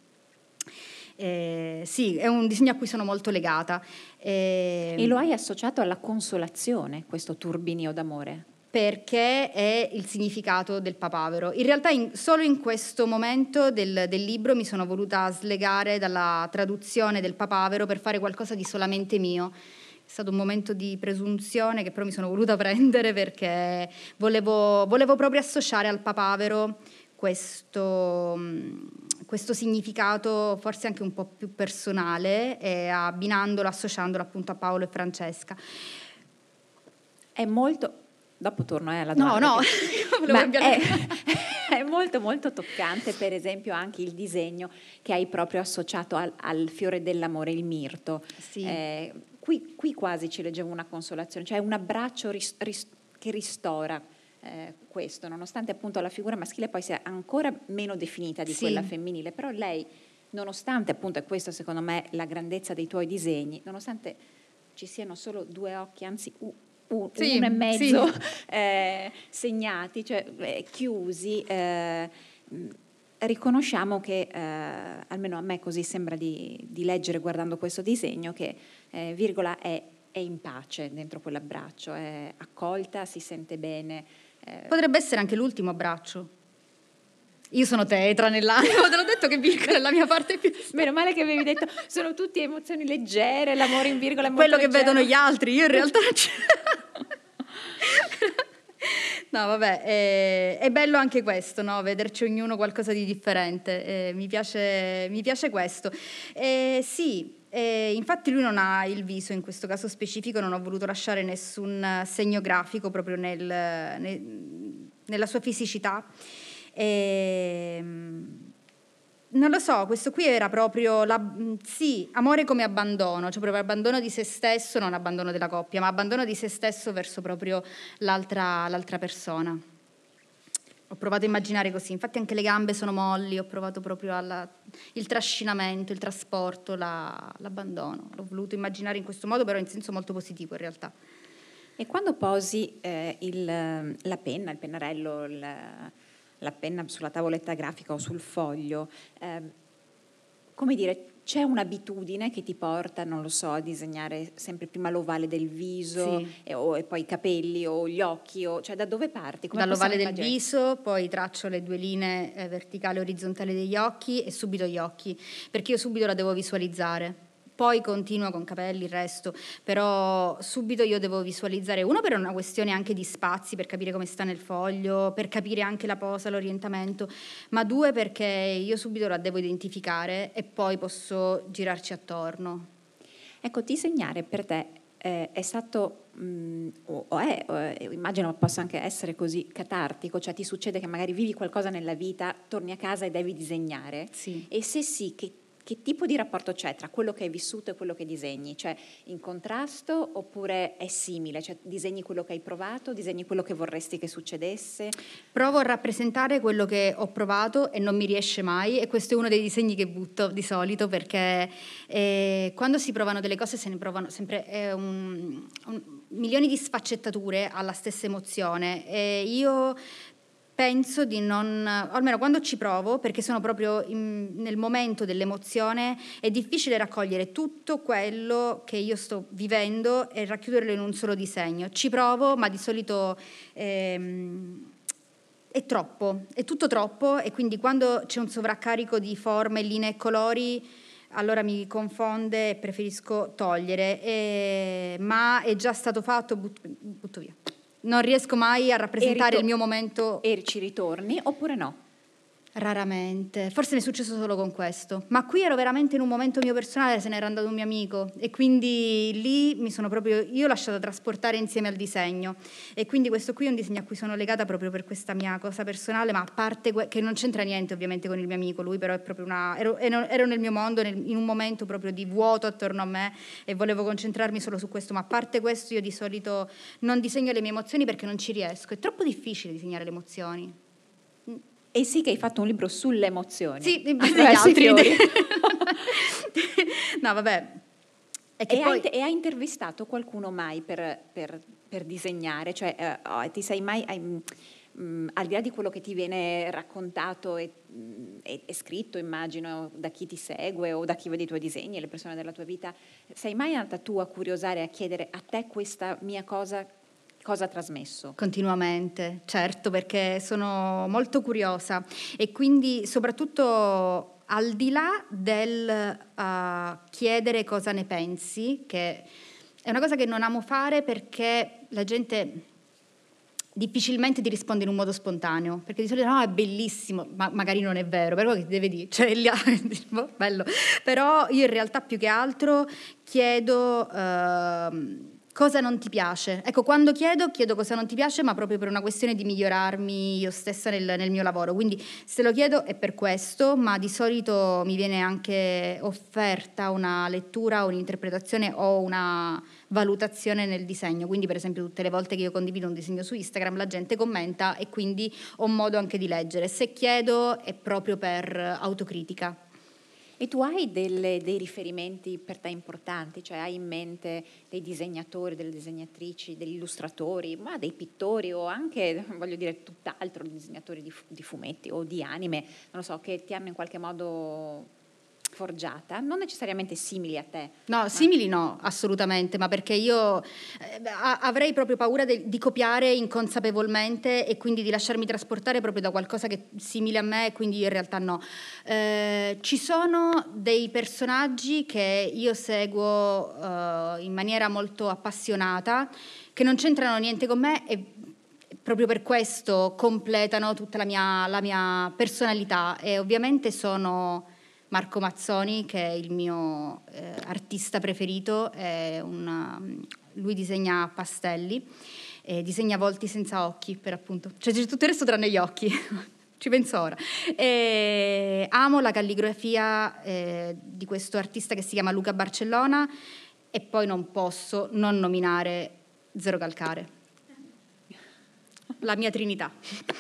sì, è un disegno a cui sono molto legata. E lo hai associato alla consolazione, questo turbinio d'amore? Perché è il significato del papavero. In realtà solo in questo momento del libro mi sono voluta slegare dalla traduzione del papavero per fare qualcosa di solamente mio. È stato un momento di presunzione che però mi sono voluta prendere, perché volevo proprio associare al papavero questo significato forse anche un po' più personale, e abbinandolo, associandolo appunto a Paolo e Francesca. È molto... Dopo torno alla domanda. No, è molto molto toccante, per esempio, anche il disegno che hai proprio associato al fiore dell'amore, il mirto. Sì. Qui quasi ci leggevo una consolazione, cioè un abbraccio che ristora questo, nonostante appunto la figura maschile poi sia ancora meno definita di quella femminile, però lei, nonostante appunto, e questo secondo me è la grandezza dei tuoi disegni, nonostante ci siano solo due occhi, anzi uno e mezzo segnati, cioè chiusi, riconosciamo che, almeno a me così sembra di leggere guardando questo disegno, che Virgola è in pace dentro quell'abbraccio, è accolta, si sente bene. Potrebbe essere anche l'ultimo abbraccio. Io sono tetra nell'anima, te l'ho detto che Virgola è la mia parte più... Meno male che avevi detto, sono tutte emozioni leggere, l'amore in Virgola è molto quello leggero. Che vedono gli altri, io in realtà... No, vabbè, è bello anche questo, no? Vederci ognuno qualcosa di differente, mi piace questo. Sì, Infatti lui non ha il viso, in questo caso specifico non ho voluto lasciare nessun segno grafico proprio nella sua fisicità. Non lo so, questo qui era proprio amore come abbandono, cioè proprio abbandono di se stesso, non abbandono della coppia, ma abbandono di se stesso verso proprio l'altra persona. Ho provato a immaginare così, infatti anche le gambe sono molli, ho provato proprio il trascinamento, il trasporto, l'abbandono. L'ho voluto immaginare in questo modo, però in senso molto positivo in realtà. E quando posi la penna, il pennarello, la penna sulla tavoletta grafica o sul foglio, come dire, c'è un'abitudine che ti porta, non lo so, a disegnare sempre prima l'ovale del viso, sì, e poi i capelli o gli occhi, cioè da dove parti? Come dall'ovale del viso, poi traccio le 2 linee verticali e orizzontali degli occhi e subito gli occhi, perché io subito la devo visualizzare. Poi continuo con capelli, il resto, però subito io devo visualizzare, uno per una questione anche di spazi, per capire come sta nel foglio, per capire anche la posa, l'orientamento, ma 2 perché io subito la devo identificare e poi posso girarci attorno. Ecco, disegnare per te è stato, immagino possa anche essere così catartico, cioè ti succede che magari vivi qualcosa nella vita, torni a casa e devi disegnare, sì. E se sì, che tipo di rapporto c'è tra quello che hai vissuto e quello che disegni? Cioè in contrasto oppure è simile? Cioè disegni quello che hai provato, disegni quello che vorresti che succedesse? Provo a rappresentare quello che ho provato e non mi riesce mai, e questo è uno dei disegni che butto di solito, perché quando si provano delle cose se ne provano sempre milioni di sfaccettature alla stessa emozione, e io penso di non, almeno quando ci provo, perché sono proprio nel momento dell'emozione, è difficile raccogliere tutto quello che io sto vivendo e racchiuderlo in un solo disegno. Ci provo, ma di solito è troppo, è tutto troppo, e quindi quando c'è un sovraccarico di forme, linee e colori, allora mi confonde e preferisco togliere, ma è già stato fatto, butto via. Non riesco mai a rappresentare il mio momento. E ci ritorni oppure no? Raramente, forse mi è successo solo con questo, ma qui ero veramente in un momento mio personale, se n'era andato un mio amico e quindi lì io ho lasciato trasportare insieme al disegno, e quindi questo qui è un disegno a cui sono legata proprio per questa mia cosa personale, ma a parte che non c'entra niente ovviamente con il mio amico, lui però è proprio ero nel mio mondo, in un momento proprio di vuoto attorno a me e volevo concentrarmi solo su questo, ma a parte questo io di solito non disegno le mie emozioni perché non ci riesco, è troppo difficile disegnare le emozioni. E sì che hai fatto un libro sulle emozioni. Sì, degli altri. No, vabbè. E hai intervistato qualcuno mai per disegnare? Cioè, ti sei mai, al di là di quello che ti viene raccontato e scritto, immagino, da chi ti segue o da chi vede i tuoi disegni, le persone della tua vita, sei mai andata tu a curiosare, a chiedere a te questa mia cosa ha trasmesso? Continuamente, certo, perché sono molto curiosa e quindi soprattutto al di là del chiedere cosa ne pensi, che è una cosa che non amo fare perché la gente difficilmente ti risponde in un modo spontaneo, perché di solito no, è bellissimo, ma magari non è vero, però che ti deve dire, cioè, bello. Però io in realtà più che altro chiedo cosa non ti piace. Ecco, quando chiedo cosa non ti piace, ma proprio per una questione di migliorarmi io stessa nel mio lavoro. Quindi se lo chiedo è per questo, ma di solito mi viene anche offerta una lettura, un'interpretazione o una valutazione nel disegno. Quindi per esempio tutte le volte che io condivido un disegno su Instagram la gente commenta e quindi ho modo anche di leggere. Se chiedo è proprio per autocritica. E tu hai dei riferimenti per te importanti? Cioè hai in mente dei disegnatori, delle disegnatrici, degli illustratori, ma dei pittori o anche, voglio dire, tutt'altro, disegnatori di fumetti o di anime, non lo so, che ti hanno in qualche modo forgiata, non necessariamente simili a te. No, simili no, assolutamente, ma perché io avrei proprio paura di copiare inconsapevolmente e quindi di lasciarmi trasportare proprio da qualcosa che è simile a me, e quindi in realtà no. Ci sono dei personaggi che io seguo in maniera molto appassionata, che non c'entrano niente con me e proprio per questo completano tutta la mia personalità, e ovviamente sono Marco Mazzoni, che è il mio artista preferito, lui disegna pastelli, disegna volti senza occhi, per appunto, cioè c'è tutto il resto tranne gli occhi. Ci penso ora. Amo la calligrafia di questo artista che si chiama Luca Barcellona, e poi non posso non nominare Zero Calcare, la mia trinità.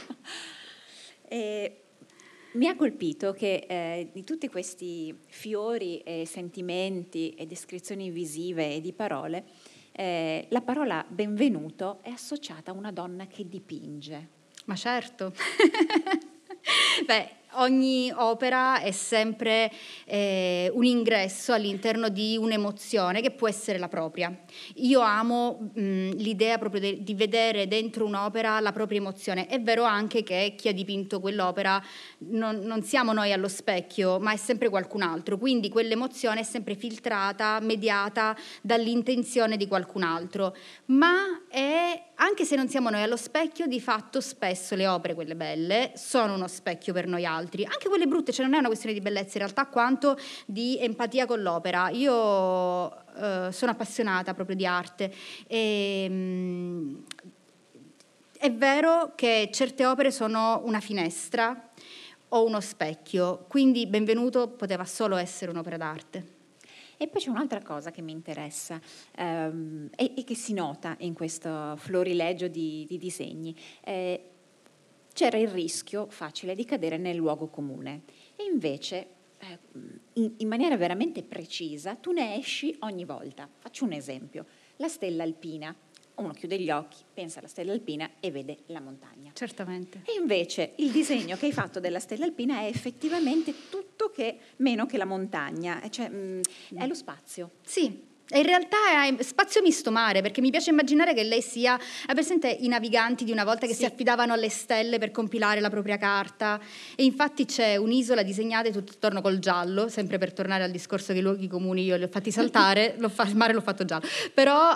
Mi ha colpito che di tutti questi fiori e sentimenti e descrizioni visive e di parole, la parola benvenuto è associata a una donna che dipinge. Ma certo. Beh, ogni opera è sempre un ingresso all'interno di un'emozione che può essere la propria. Io amo l'idea proprio di vedere dentro un'opera la propria emozione. È vero anche che chi ha dipinto quell'opera non siamo noi allo specchio, ma è sempre qualcun altro, quindi quell'emozione è sempre filtrata, mediata dall'intenzione di qualcun altro, ma anche se non siamo noi allo specchio, di fatto spesso le opere, quelle belle, sono uno specchio per noi altri, anche quelle brutte, cioè non è una questione di bellezza in realtà quanto di empatia con l'opera. Io sono appassionata proprio di arte e è vero che certe opere sono una finestra o uno specchio, quindi Benvenuto poteva solo essere un'opera d'arte. E poi c'è un'altra cosa che mi interessa e che si nota in questo florilegio di disegni. C'era il rischio facile di cadere nel luogo comune e invece in maniera veramente precisa tu ne esci ogni volta. Faccio un esempio, la stella alpina. Uno chiude gli occhi, pensa alla stella alpina e vede la montagna. Certamente. E invece il disegno che hai fatto della stella alpina è effettivamente tutto che meno che la montagna, cioè è lo spazio. Sì. E in realtà è spazio misto mare, perché mi piace immaginare che lei sia, hai presente i naviganti di una volta che si affidavano alle stelle per compilare la propria carta, e infatti c'è un'isola disegnata tutto attorno col giallo, sempre per tornare al discorso che i luoghi comuni io li ho fatti saltare, il mare l'ho fatto giallo, però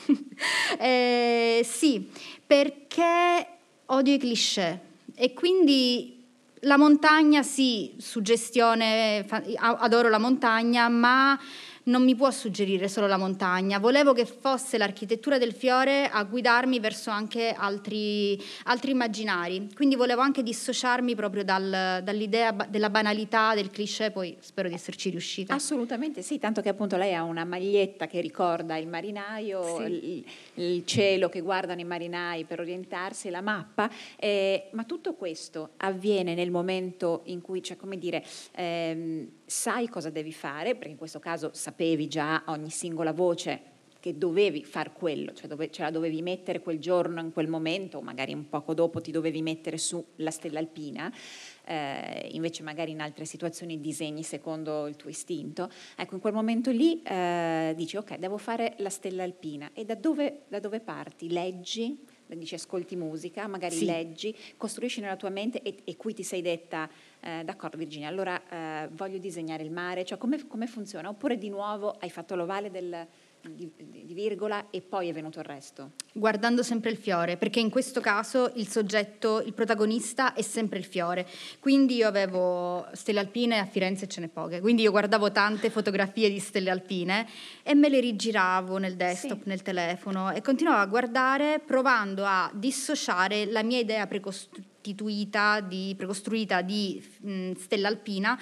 sì, perché odio i cliché e quindi la montagna sì, suggestione, adoro la montagna, ma non mi può suggerire solo la montagna. Volevo che fosse l'architettura del fiore a guidarmi verso anche altri immaginari. Quindi volevo anche dissociarmi proprio dall'idea della banalità, del cliché, poi spero di esserci riuscita. Assolutamente sì, tanto che appunto lei ha una maglietta che ricorda il marinaio, sì, il cielo che guardano i marinai per orientarsi, la mappa, ma tutto questo avviene nel momento in cui, cioè, come dire, sai cosa devi fare, perché in questo caso sapevi già ogni singola voce che dovevi far quello, cioè ce la dovevi mettere quel giorno, in quel momento, o magari un poco dopo ti dovevi mettere su la stella alpina, invece magari in altre situazioni disegni secondo il tuo istinto. Ecco, in quel momento lì dici ok, devo fare la stella alpina, e da dove parti? Leggi? Dici ascolti musica, magari sì, leggi, costruisci nella tua mente e qui ti sei detta d'accordo Virginia, allora voglio disegnare il mare, cioè come funziona? Oppure di nuovo hai fatto l'ovale di virgola e poi è venuto il resto? Guardando sempre il fiore, perché in questo caso il soggetto, il protagonista è sempre il fiore, quindi io avevo stelle alpine, a Firenze ce n'è poche, quindi io guardavo tante fotografie di stelle alpine e me le rigiravo nel desktop, sì, nel telefono, e continuavo a guardare provando a dissociare la mia idea precostruita di stella alpina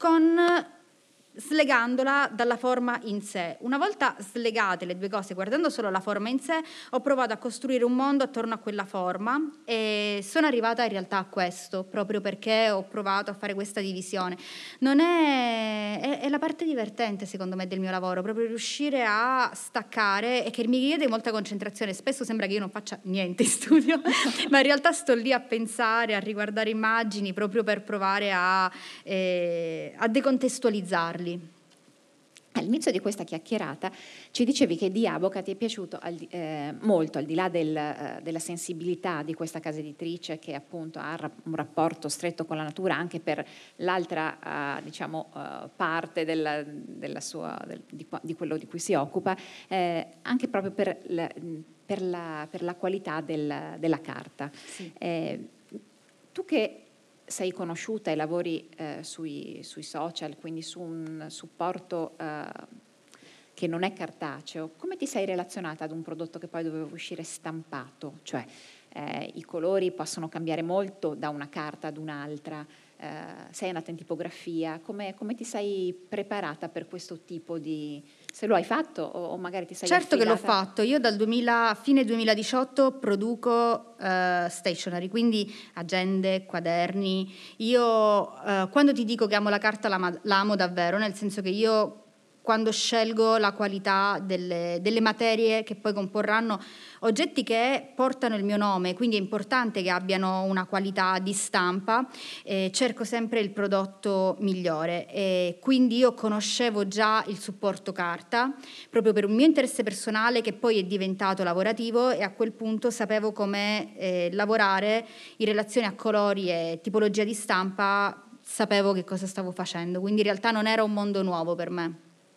slegandola dalla forma in sé. Una volta slegate le due cose, guardando solo la forma in sé, ho provato a costruire un mondo attorno a quella forma e sono arrivata in realtà a questo, proprio perché ho provato a fare questa divisione. Non è la parte divertente secondo me del mio lavoro, proprio riuscire a staccare, e che mi richiede molta concentrazione. Spesso sembra che io non faccia niente in studio, ma in realtà sto lì a pensare, a riguardare immagini proprio per provare a decontestualizzarli. All'inizio di questa chiacchierata ci dicevi che Diaboca ti è piaciuto molto, al di là della sensibilità di questa casa editrice, che appunto ha un rapporto stretto con la natura anche per l'altra parte di quello di cui si occupa, anche proprio per la qualità della carta. Sì. Tu che sei conosciuta e lavori sui social, quindi su un supporto che non è cartaceo, come ti sei relazionata ad un prodotto che poi doveva uscire stampato? Cioè i colori possono cambiare molto da una carta ad un'altra, sei andata in tipografia, come ti sei preparata per questo tipo di... se lo hai fatto o magari ti sei Certo affidata? che l'ho fatto, io dal fine 2018 produco stationery, quindi agende, quaderni. Io quando ti dico che amo la carta la amo davvero, nel senso che io quando scelgo la qualità delle materie che poi comporranno oggetti che portano il mio nome, quindi è importante che abbiano una qualità di stampa, cerco sempre il prodotto migliore, e quindi io conoscevo già il supporto carta proprio per un mio interesse personale che poi è diventato lavorativo, e a quel punto sapevo come lavorare in relazione a colori e tipologia di stampa, sapevo che cosa stavo facendo, quindi in realtà non era un mondo nuovo per me.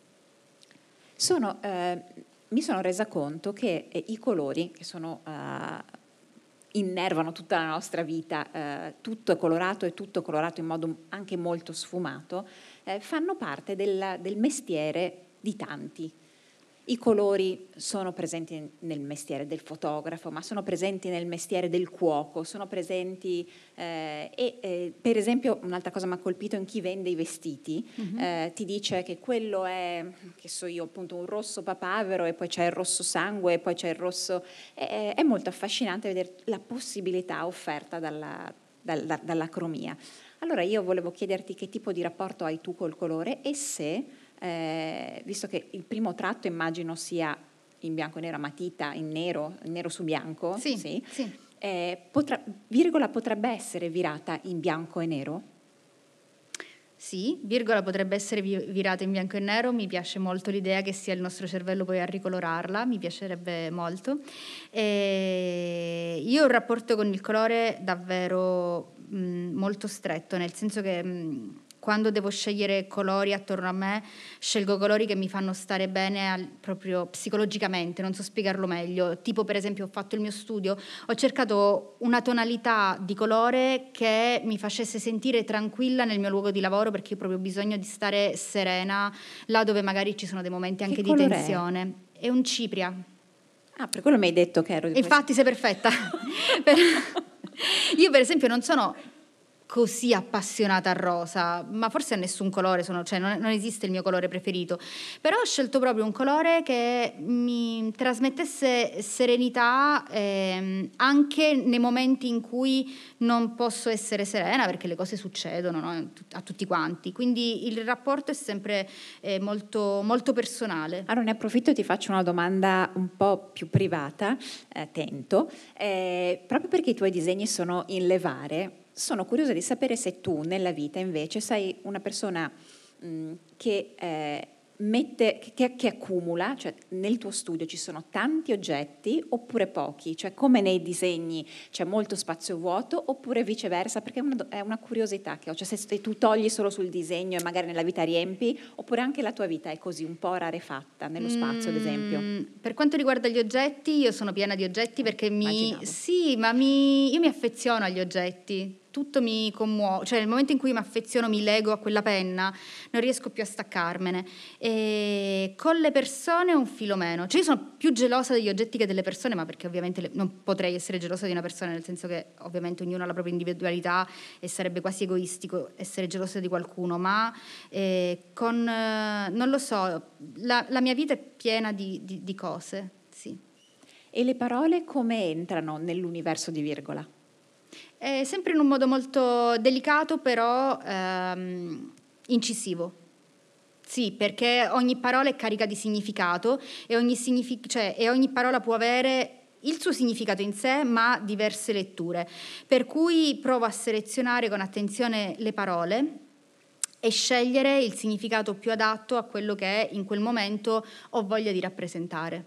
Mi sono resa conto che i colori, che innervano tutta la nostra vita, tutto è colorato e tutto colorato in modo anche molto sfumato, fanno parte del mestiere di tanti. I colori sono presenti nel mestiere del fotografo, ma sono presenti nel mestiere del cuoco, sono presenti per esempio un'altra cosa mi ha colpito in chi vende i vestiti, ti dice che quello è, che so io, appunto un rosso papavero, e poi c'è il rosso sangue, e poi c'è il rosso... È molto affascinante vedere la possibilità offerta dall'acromia. Allora io volevo chiederti che tipo di rapporto hai tu col colore, e se... visto che il primo tratto immagino sia in bianco e nero, a matita, in nero su bianco, sì. Virgola potrebbe essere virata in bianco e nero? Sì, Virgola potrebbe essere virata in bianco e nero, mi piace molto l'idea che sia il nostro cervello poi a ricolorarla, mi piacerebbe molto. Io ho un rapporto con il colore davvero molto stretto, nel senso che quando devo scegliere colori attorno a me, scelgo colori che mi fanno stare bene proprio psicologicamente, non so spiegarlo meglio. Tipo, per esempio, ho fatto il mio studio, ho cercato una tonalità di colore che mi facesse sentire tranquilla nel mio luogo di lavoro, perché ho proprio bisogno di stare serena là dove magari ci sono dei momenti anche di tensione. È un cipria. Ah, per quello mi hai detto che ero di Infatti sei perfetta. Io per esempio non sono così appassionata a rosa, ma forse a nessun colore cioè non esiste il mio colore preferito, però ho scelto proprio un colore che mi trasmettesse serenità anche nei momenti in cui non posso essere serena, perché le cose succedono, no? A tutti quanti, quindi il rapporto è sempre molto, molto personale. Allora ne approfitto e ti faccio una domanda un po' più privata, tento, proprio perché i tuoi disegni sono in levare. Sono curiosa di sapere se tu nella vita invece sei una persona che accumula, cioè nel tuo studio ci sono tanti oggetti oppure pochi, cioè come nei disegni c'è molto spazio vuoto oppure viceversa, perché è una curiosità che ho, cioè se tu togli solo sul disegno e magari nella vita riempi, oppure anche la tua vita è così un po' rarefatta nello spazio, ad esempio. Per quanto riguarda gli oggetti, io sono piena di oggetti perché io mi affeziono agli oggetti. Tutto mi commuove, cioè nel momento in cui mi affeziono, mi lego a quella penna, non riesco più a staccarmene. E con le persone un filo meno, cioè io sono più gelosa degli oggetti che delle persone, ma perché ovviamente non potrei essere gelosa di una persona, nel senso che ovviamente ognuno ha la propria individualità e sarebbe quasi egoistico essere gelosa di qualcuno, ma non lo so, la mia vita è piena di cose, sì. E le parole come entrano nell'universo di Virgola? Sempre in un modo molto delicato, però incisivo. Sì, perché ogni parola è carica di significato e ogni parola può avere il suo significato in sé, ma diverse letture. Per cui provo a selezionare con attenzione le parole e scegliere il significato più adatto a quello che in quel momento ho voglia di rappresentare.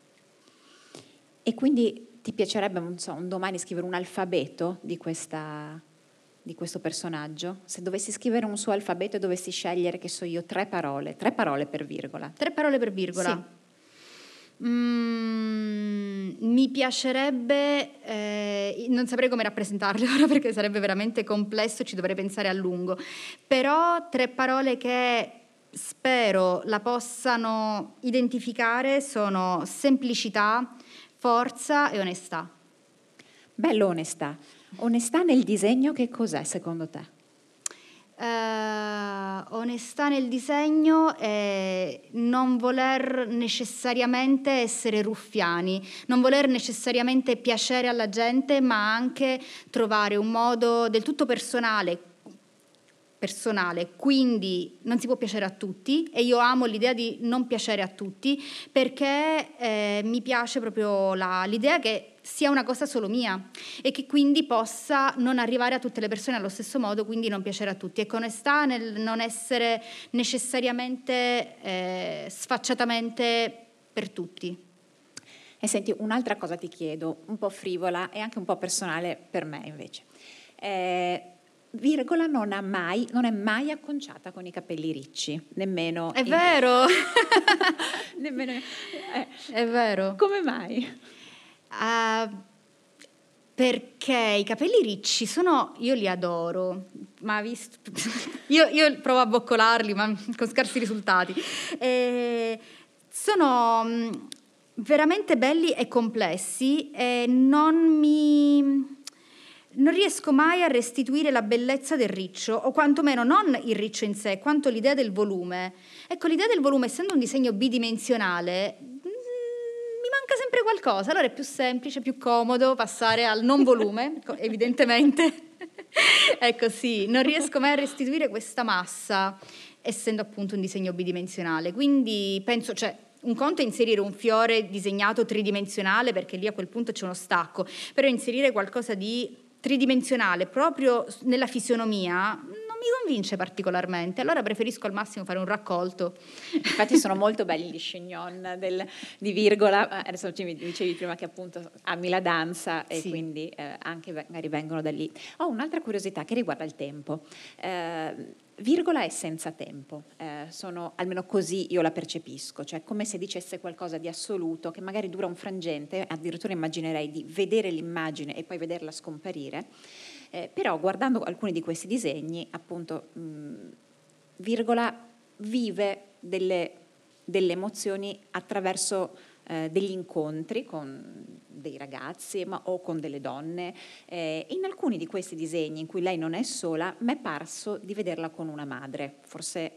E quindi ti piacerebbe, un domani scrivere un alfabeto di questo personaggio? Se dovessi scrivere un suo alfabeto e dovessi scegliere, che so io, 3 parole per virgola. 3 parole per virgola? Mi piacerebbe, non saprei come rappresentarle ora perché sarebbe veramente complesso, ci dovrei pensare a lungo, però 3 parole che spero la possano identificare sono semplicità, forza e onestà. Bello onestà. Onestà nel disegno che cos'è secondo te? Onestà nel disegno è non voler necessariamente essere ruffiani, non voler necessariamente piacere alla gente, ma anche trovare un modo del tutto personale, quindi non si può piacere a tutti e io amo l'idea di non piacere a tutti perché mi piace proprio l'idea che sia una cosa solo mia e che quindi possa non arrivare a tutte le persone allo stesso modo, quindi non piacere a tutti. E con onestà nel non essere necessariamente sfacciatamente per tutti. E senti, un'altra cosa ti chiedo, un po' frivola e anche un po' personale per me invece. Virgola non è mai acconciata con i capelli ricci, nemmeno... È vero! nemmeno, È vero. Come mai? Perché i capelli ricci io li adoro, ma io provo a boccolarli, ma con scarsi risultati. Sono veramente belli e complessi e non riesco mai a restituire la bellezza del riccio, o quantomeno non il riccio in sé, quanto l'idea del volume. Ecco, l'idea del volume, essendo un disegno bidimensionale, mi manca sempre qualcosa, allora è più semplice, più comodo passare al non volume, evidentemente. Ecco, sì, non riesco mai a restituire questa massa, essendo appunto un disegno bidimensionale. Quindi penso, un conto è inserire un fiore disegnato tridimensionale, perché lì a quel punto c'è uno stacco, però inserire qualcosa di tridimensionale proprio nella fisionomia non mi convince particolarmente, allora preferisco al massimo fare un raccolto. Infatti sono molto belli gli chignon di Virgola. Adesso mi dicevi prima che appunto ami la danza e sì, quindi anche magari vengono da lì. Ho un'altra curiosità che riguarda il tempo. Virgola è senza tempo, almeno così io la percepisco, cioè come se dicesse qualcosa di assoluto che magari dura un frangente, addirittura immaginerei di vedere l'immagine e poi vederla scomparire, però guardando alcuni di questi disegni appunto Virgola vive delle emozioni attraverso degli incontri con dei ragazzi o con delle donne. In alcuni di questi disegni in cui lei non è sola mi è parso di vederla con una madre, forse...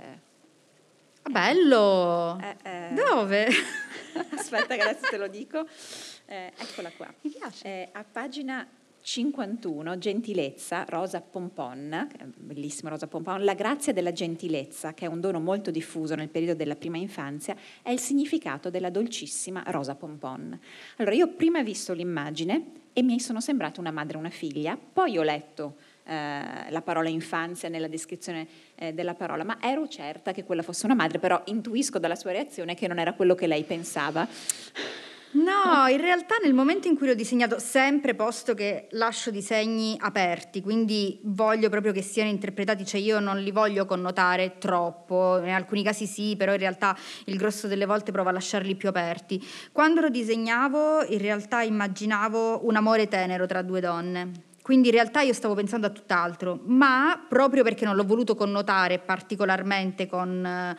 bello! Dove? Aspetta che adesso te lo dico. Eccola qua. Mi piace. A pagina 51, gentilezza, Rosa Pompon, bellissima Rosa Pompon, la grazia della gentilezza, che è un dono molto diffuso nel periodo della prima infanzia, è il significato della dolcissima Rosa Pompon. Allora, io prima ho visto l'immagine e mi sono sembrata una madre e una figlia, poi ho letto la parola infanzia nella descrizione della parola, ma ero certa che quella fosse una madre, però intuisco dalla sua reazione che non era quello che lei pensava. No, in realtà nel momento in cui l'ho disegnato, sempre posto che lascio disegni aperti, quindi voglio proprio che siano interpretati, cioè io non li voglio connotare troppo, in alcuni casi sì, però in realtà il grosso delle volte provo a lasciarli più aperti. Quando lo disegnavo in realtà immaginavo un amore tenero tra 2 donne. Quindi in realtà io stavo pensando a tutt'altro, ma proprio perché non l'ho voluto connotare particolarmente con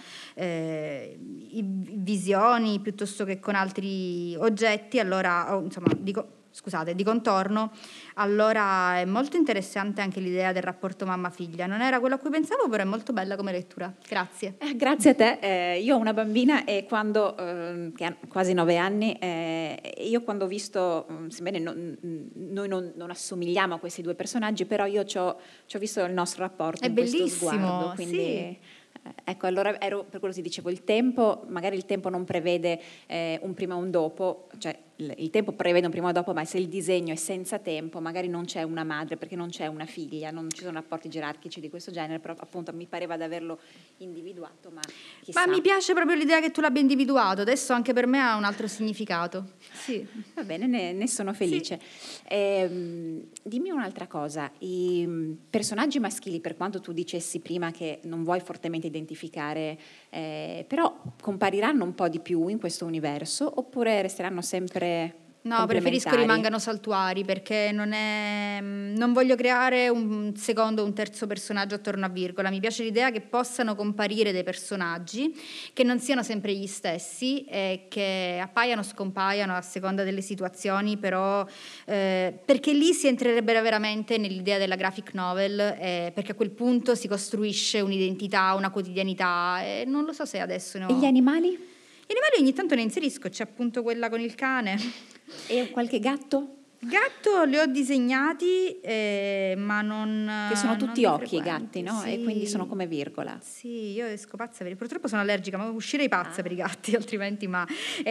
visioni piuttosto che con altri oggetti, allora, di contorno, allora è molto interessante anche l'idea del rapporto mamma-figlia. Non era quello a cui pensavo, però è molto bella come lettura. Grazie. Grazie a te. Io ho una bambina e quando, che ha quasi 9 anni, io quando ho visto, sebbene noi non assomigliamo a questi 2 personaggi, però io ci ho visto il nostro rapporto, è in bellissimo, questo sguardo. Quindi, sì. Ecco, allora per quello si dicevo, il tempo, magari il tempo non prevede un prima e un dopo, cioè il tempo prevede un prima o dopo, ma se il disegno è senza tempo, magari non c'è una madre perché non c'è una figlia, non ci sono rapporti gerarchici di questo genere, però appunto mi pareva di averlo individuato, ma chissà. Ma mi piace proprio l'idea che tu l'abbia individuato, adesso anche per me ha un altro significato. Sì. Va bene, ne sono felice. Sì. Dimmi un'altra cosa, i personaggi maschili, per quanto tu dicessi prima che non vuoi fortemente identificare, però compariranno un po' di più in questo universo oppure resteranno sempre... No, preferisco rimangano saltuari perché non voglio creare un secondo o un terzo personaggio attorno a Virgola. Mi piace l'idea che possano comparire dei personaggi che non siano sempre gli stessi e che appaiano o scompaiano a seconda delle situazioni, però perché lì si entrerebbe veramente nell'idea della graphic novel, perché a quel punto si costruisce un'identità, una quotidianità, e non lo so se adesso ne ho. E gli animali? Gli animali ogni tanto ne inserisco, c'è appunto quella con il cane. E qualche gatto? Gatto li ho disegnati, ma non... Che sono tutti non occhi i gatti, no? Sì. E quindi sono come Virgola. Sì, io esco pazza per... Purtroppo sono allergica, ma uscirei pazza per i gatti, altrimenti ma...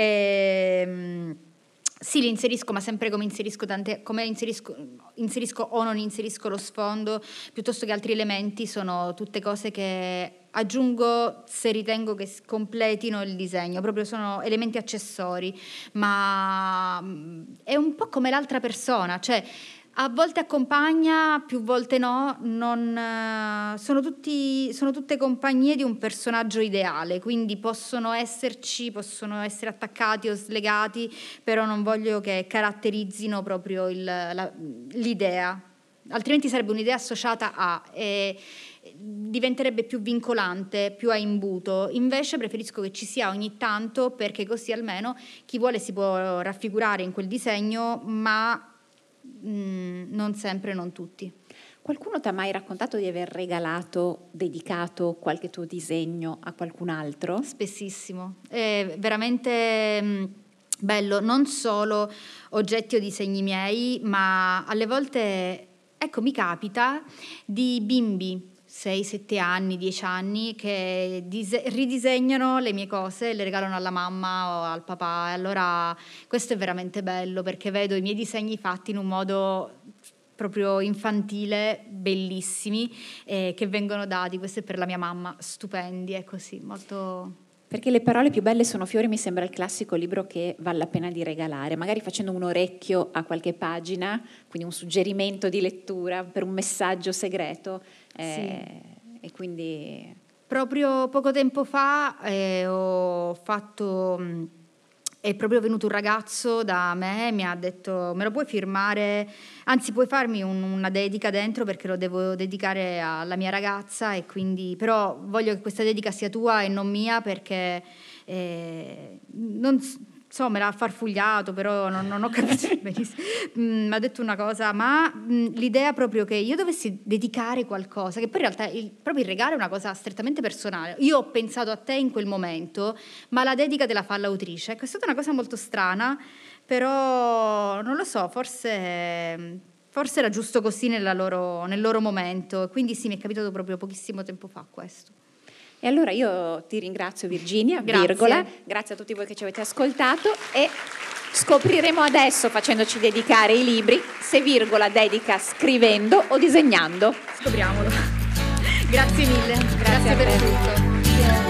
Sì, li inserisco, ma sempre come inserisco o non inserisco lo sfondo, piuttosto che altri elementi, sono tutte cose che aggiungo se ritengo che completino il disegno, proprio sono elementi accessori, ma è un po' come l'altra persona, cioè a volte accompagna, più volte no, sono tutte compagnie di un personaggio ideale, quindi possono essere attaccati o slegati, però non voglio che caratterizzino proprio l'idea, altrimenti sarebbe un'idea associata a e diventerebbe più vincolante, più a imbuto. Invece preferisco che ci sia ogni tanto, perché così almeno chi vuole si può raffigurare in quel disegno, ma non sempre, non tutti. Qualcuno ti ha mai raccontato di aver dedicato qualche tuo disegno a qualcun altro? Spessissimo, è veramente bello, non solo oggetti o disegni miei, ma alle volte, ecco, mi capita di bimbi 6, 7 anni, 10 anni che ridisegnano le mie cose e le regalano alla mamma o al papà, e allora questo è veramente bello perché vedo i miei disegni fatti in un modo proprio infantile, bellissimi, che vengono dati. Questo è per la mia mamma, stupendi, è così, molto... Perché Le parole più belle sono fiori mi sembra il classico libro che vale la pena di regalare, magari facendo un orecchio a qualche pagina, quindi un suggerimento di lettura per un messaggio segreto. Sì. E quindi... Proprio poco tempo fa ho fatto... È proprio venuto un ragazzo da me e mi ha detto: me lo puoi firmare, anzi puoi farmi una dedica dentro perché lo devo dedicare alla mia ragazza, e quindi però voglio che questa dedica sia tua e non mia, perché non so, me l'ha farfugliato, però non ho capito benissimo. Mi ha detto una cosa, ma l'idea proprio che io dovessi dedicare qualcosa, che poi in realtà proprio il regalo è una cosa strettamente personale. Io ho pensato a te in quel momento, ma la dedica te la fa l'autrice. Ecco, è stata una cosa molto strana, però non lo so, forse era giusto così nel loro momento. Quindi sì, mi è capitato proprio pochissimo tempo fa questo. E allora io ti ringrazio, Virginia, grazie. Virgola, grazie a tutti voi che ci avete ascoltato, e scopriremo adesso, facendoci dedicare i libri, se Virgola dedica scrivendo o disegnando. Scopriamolo. Grazie mille, grazie per tutto.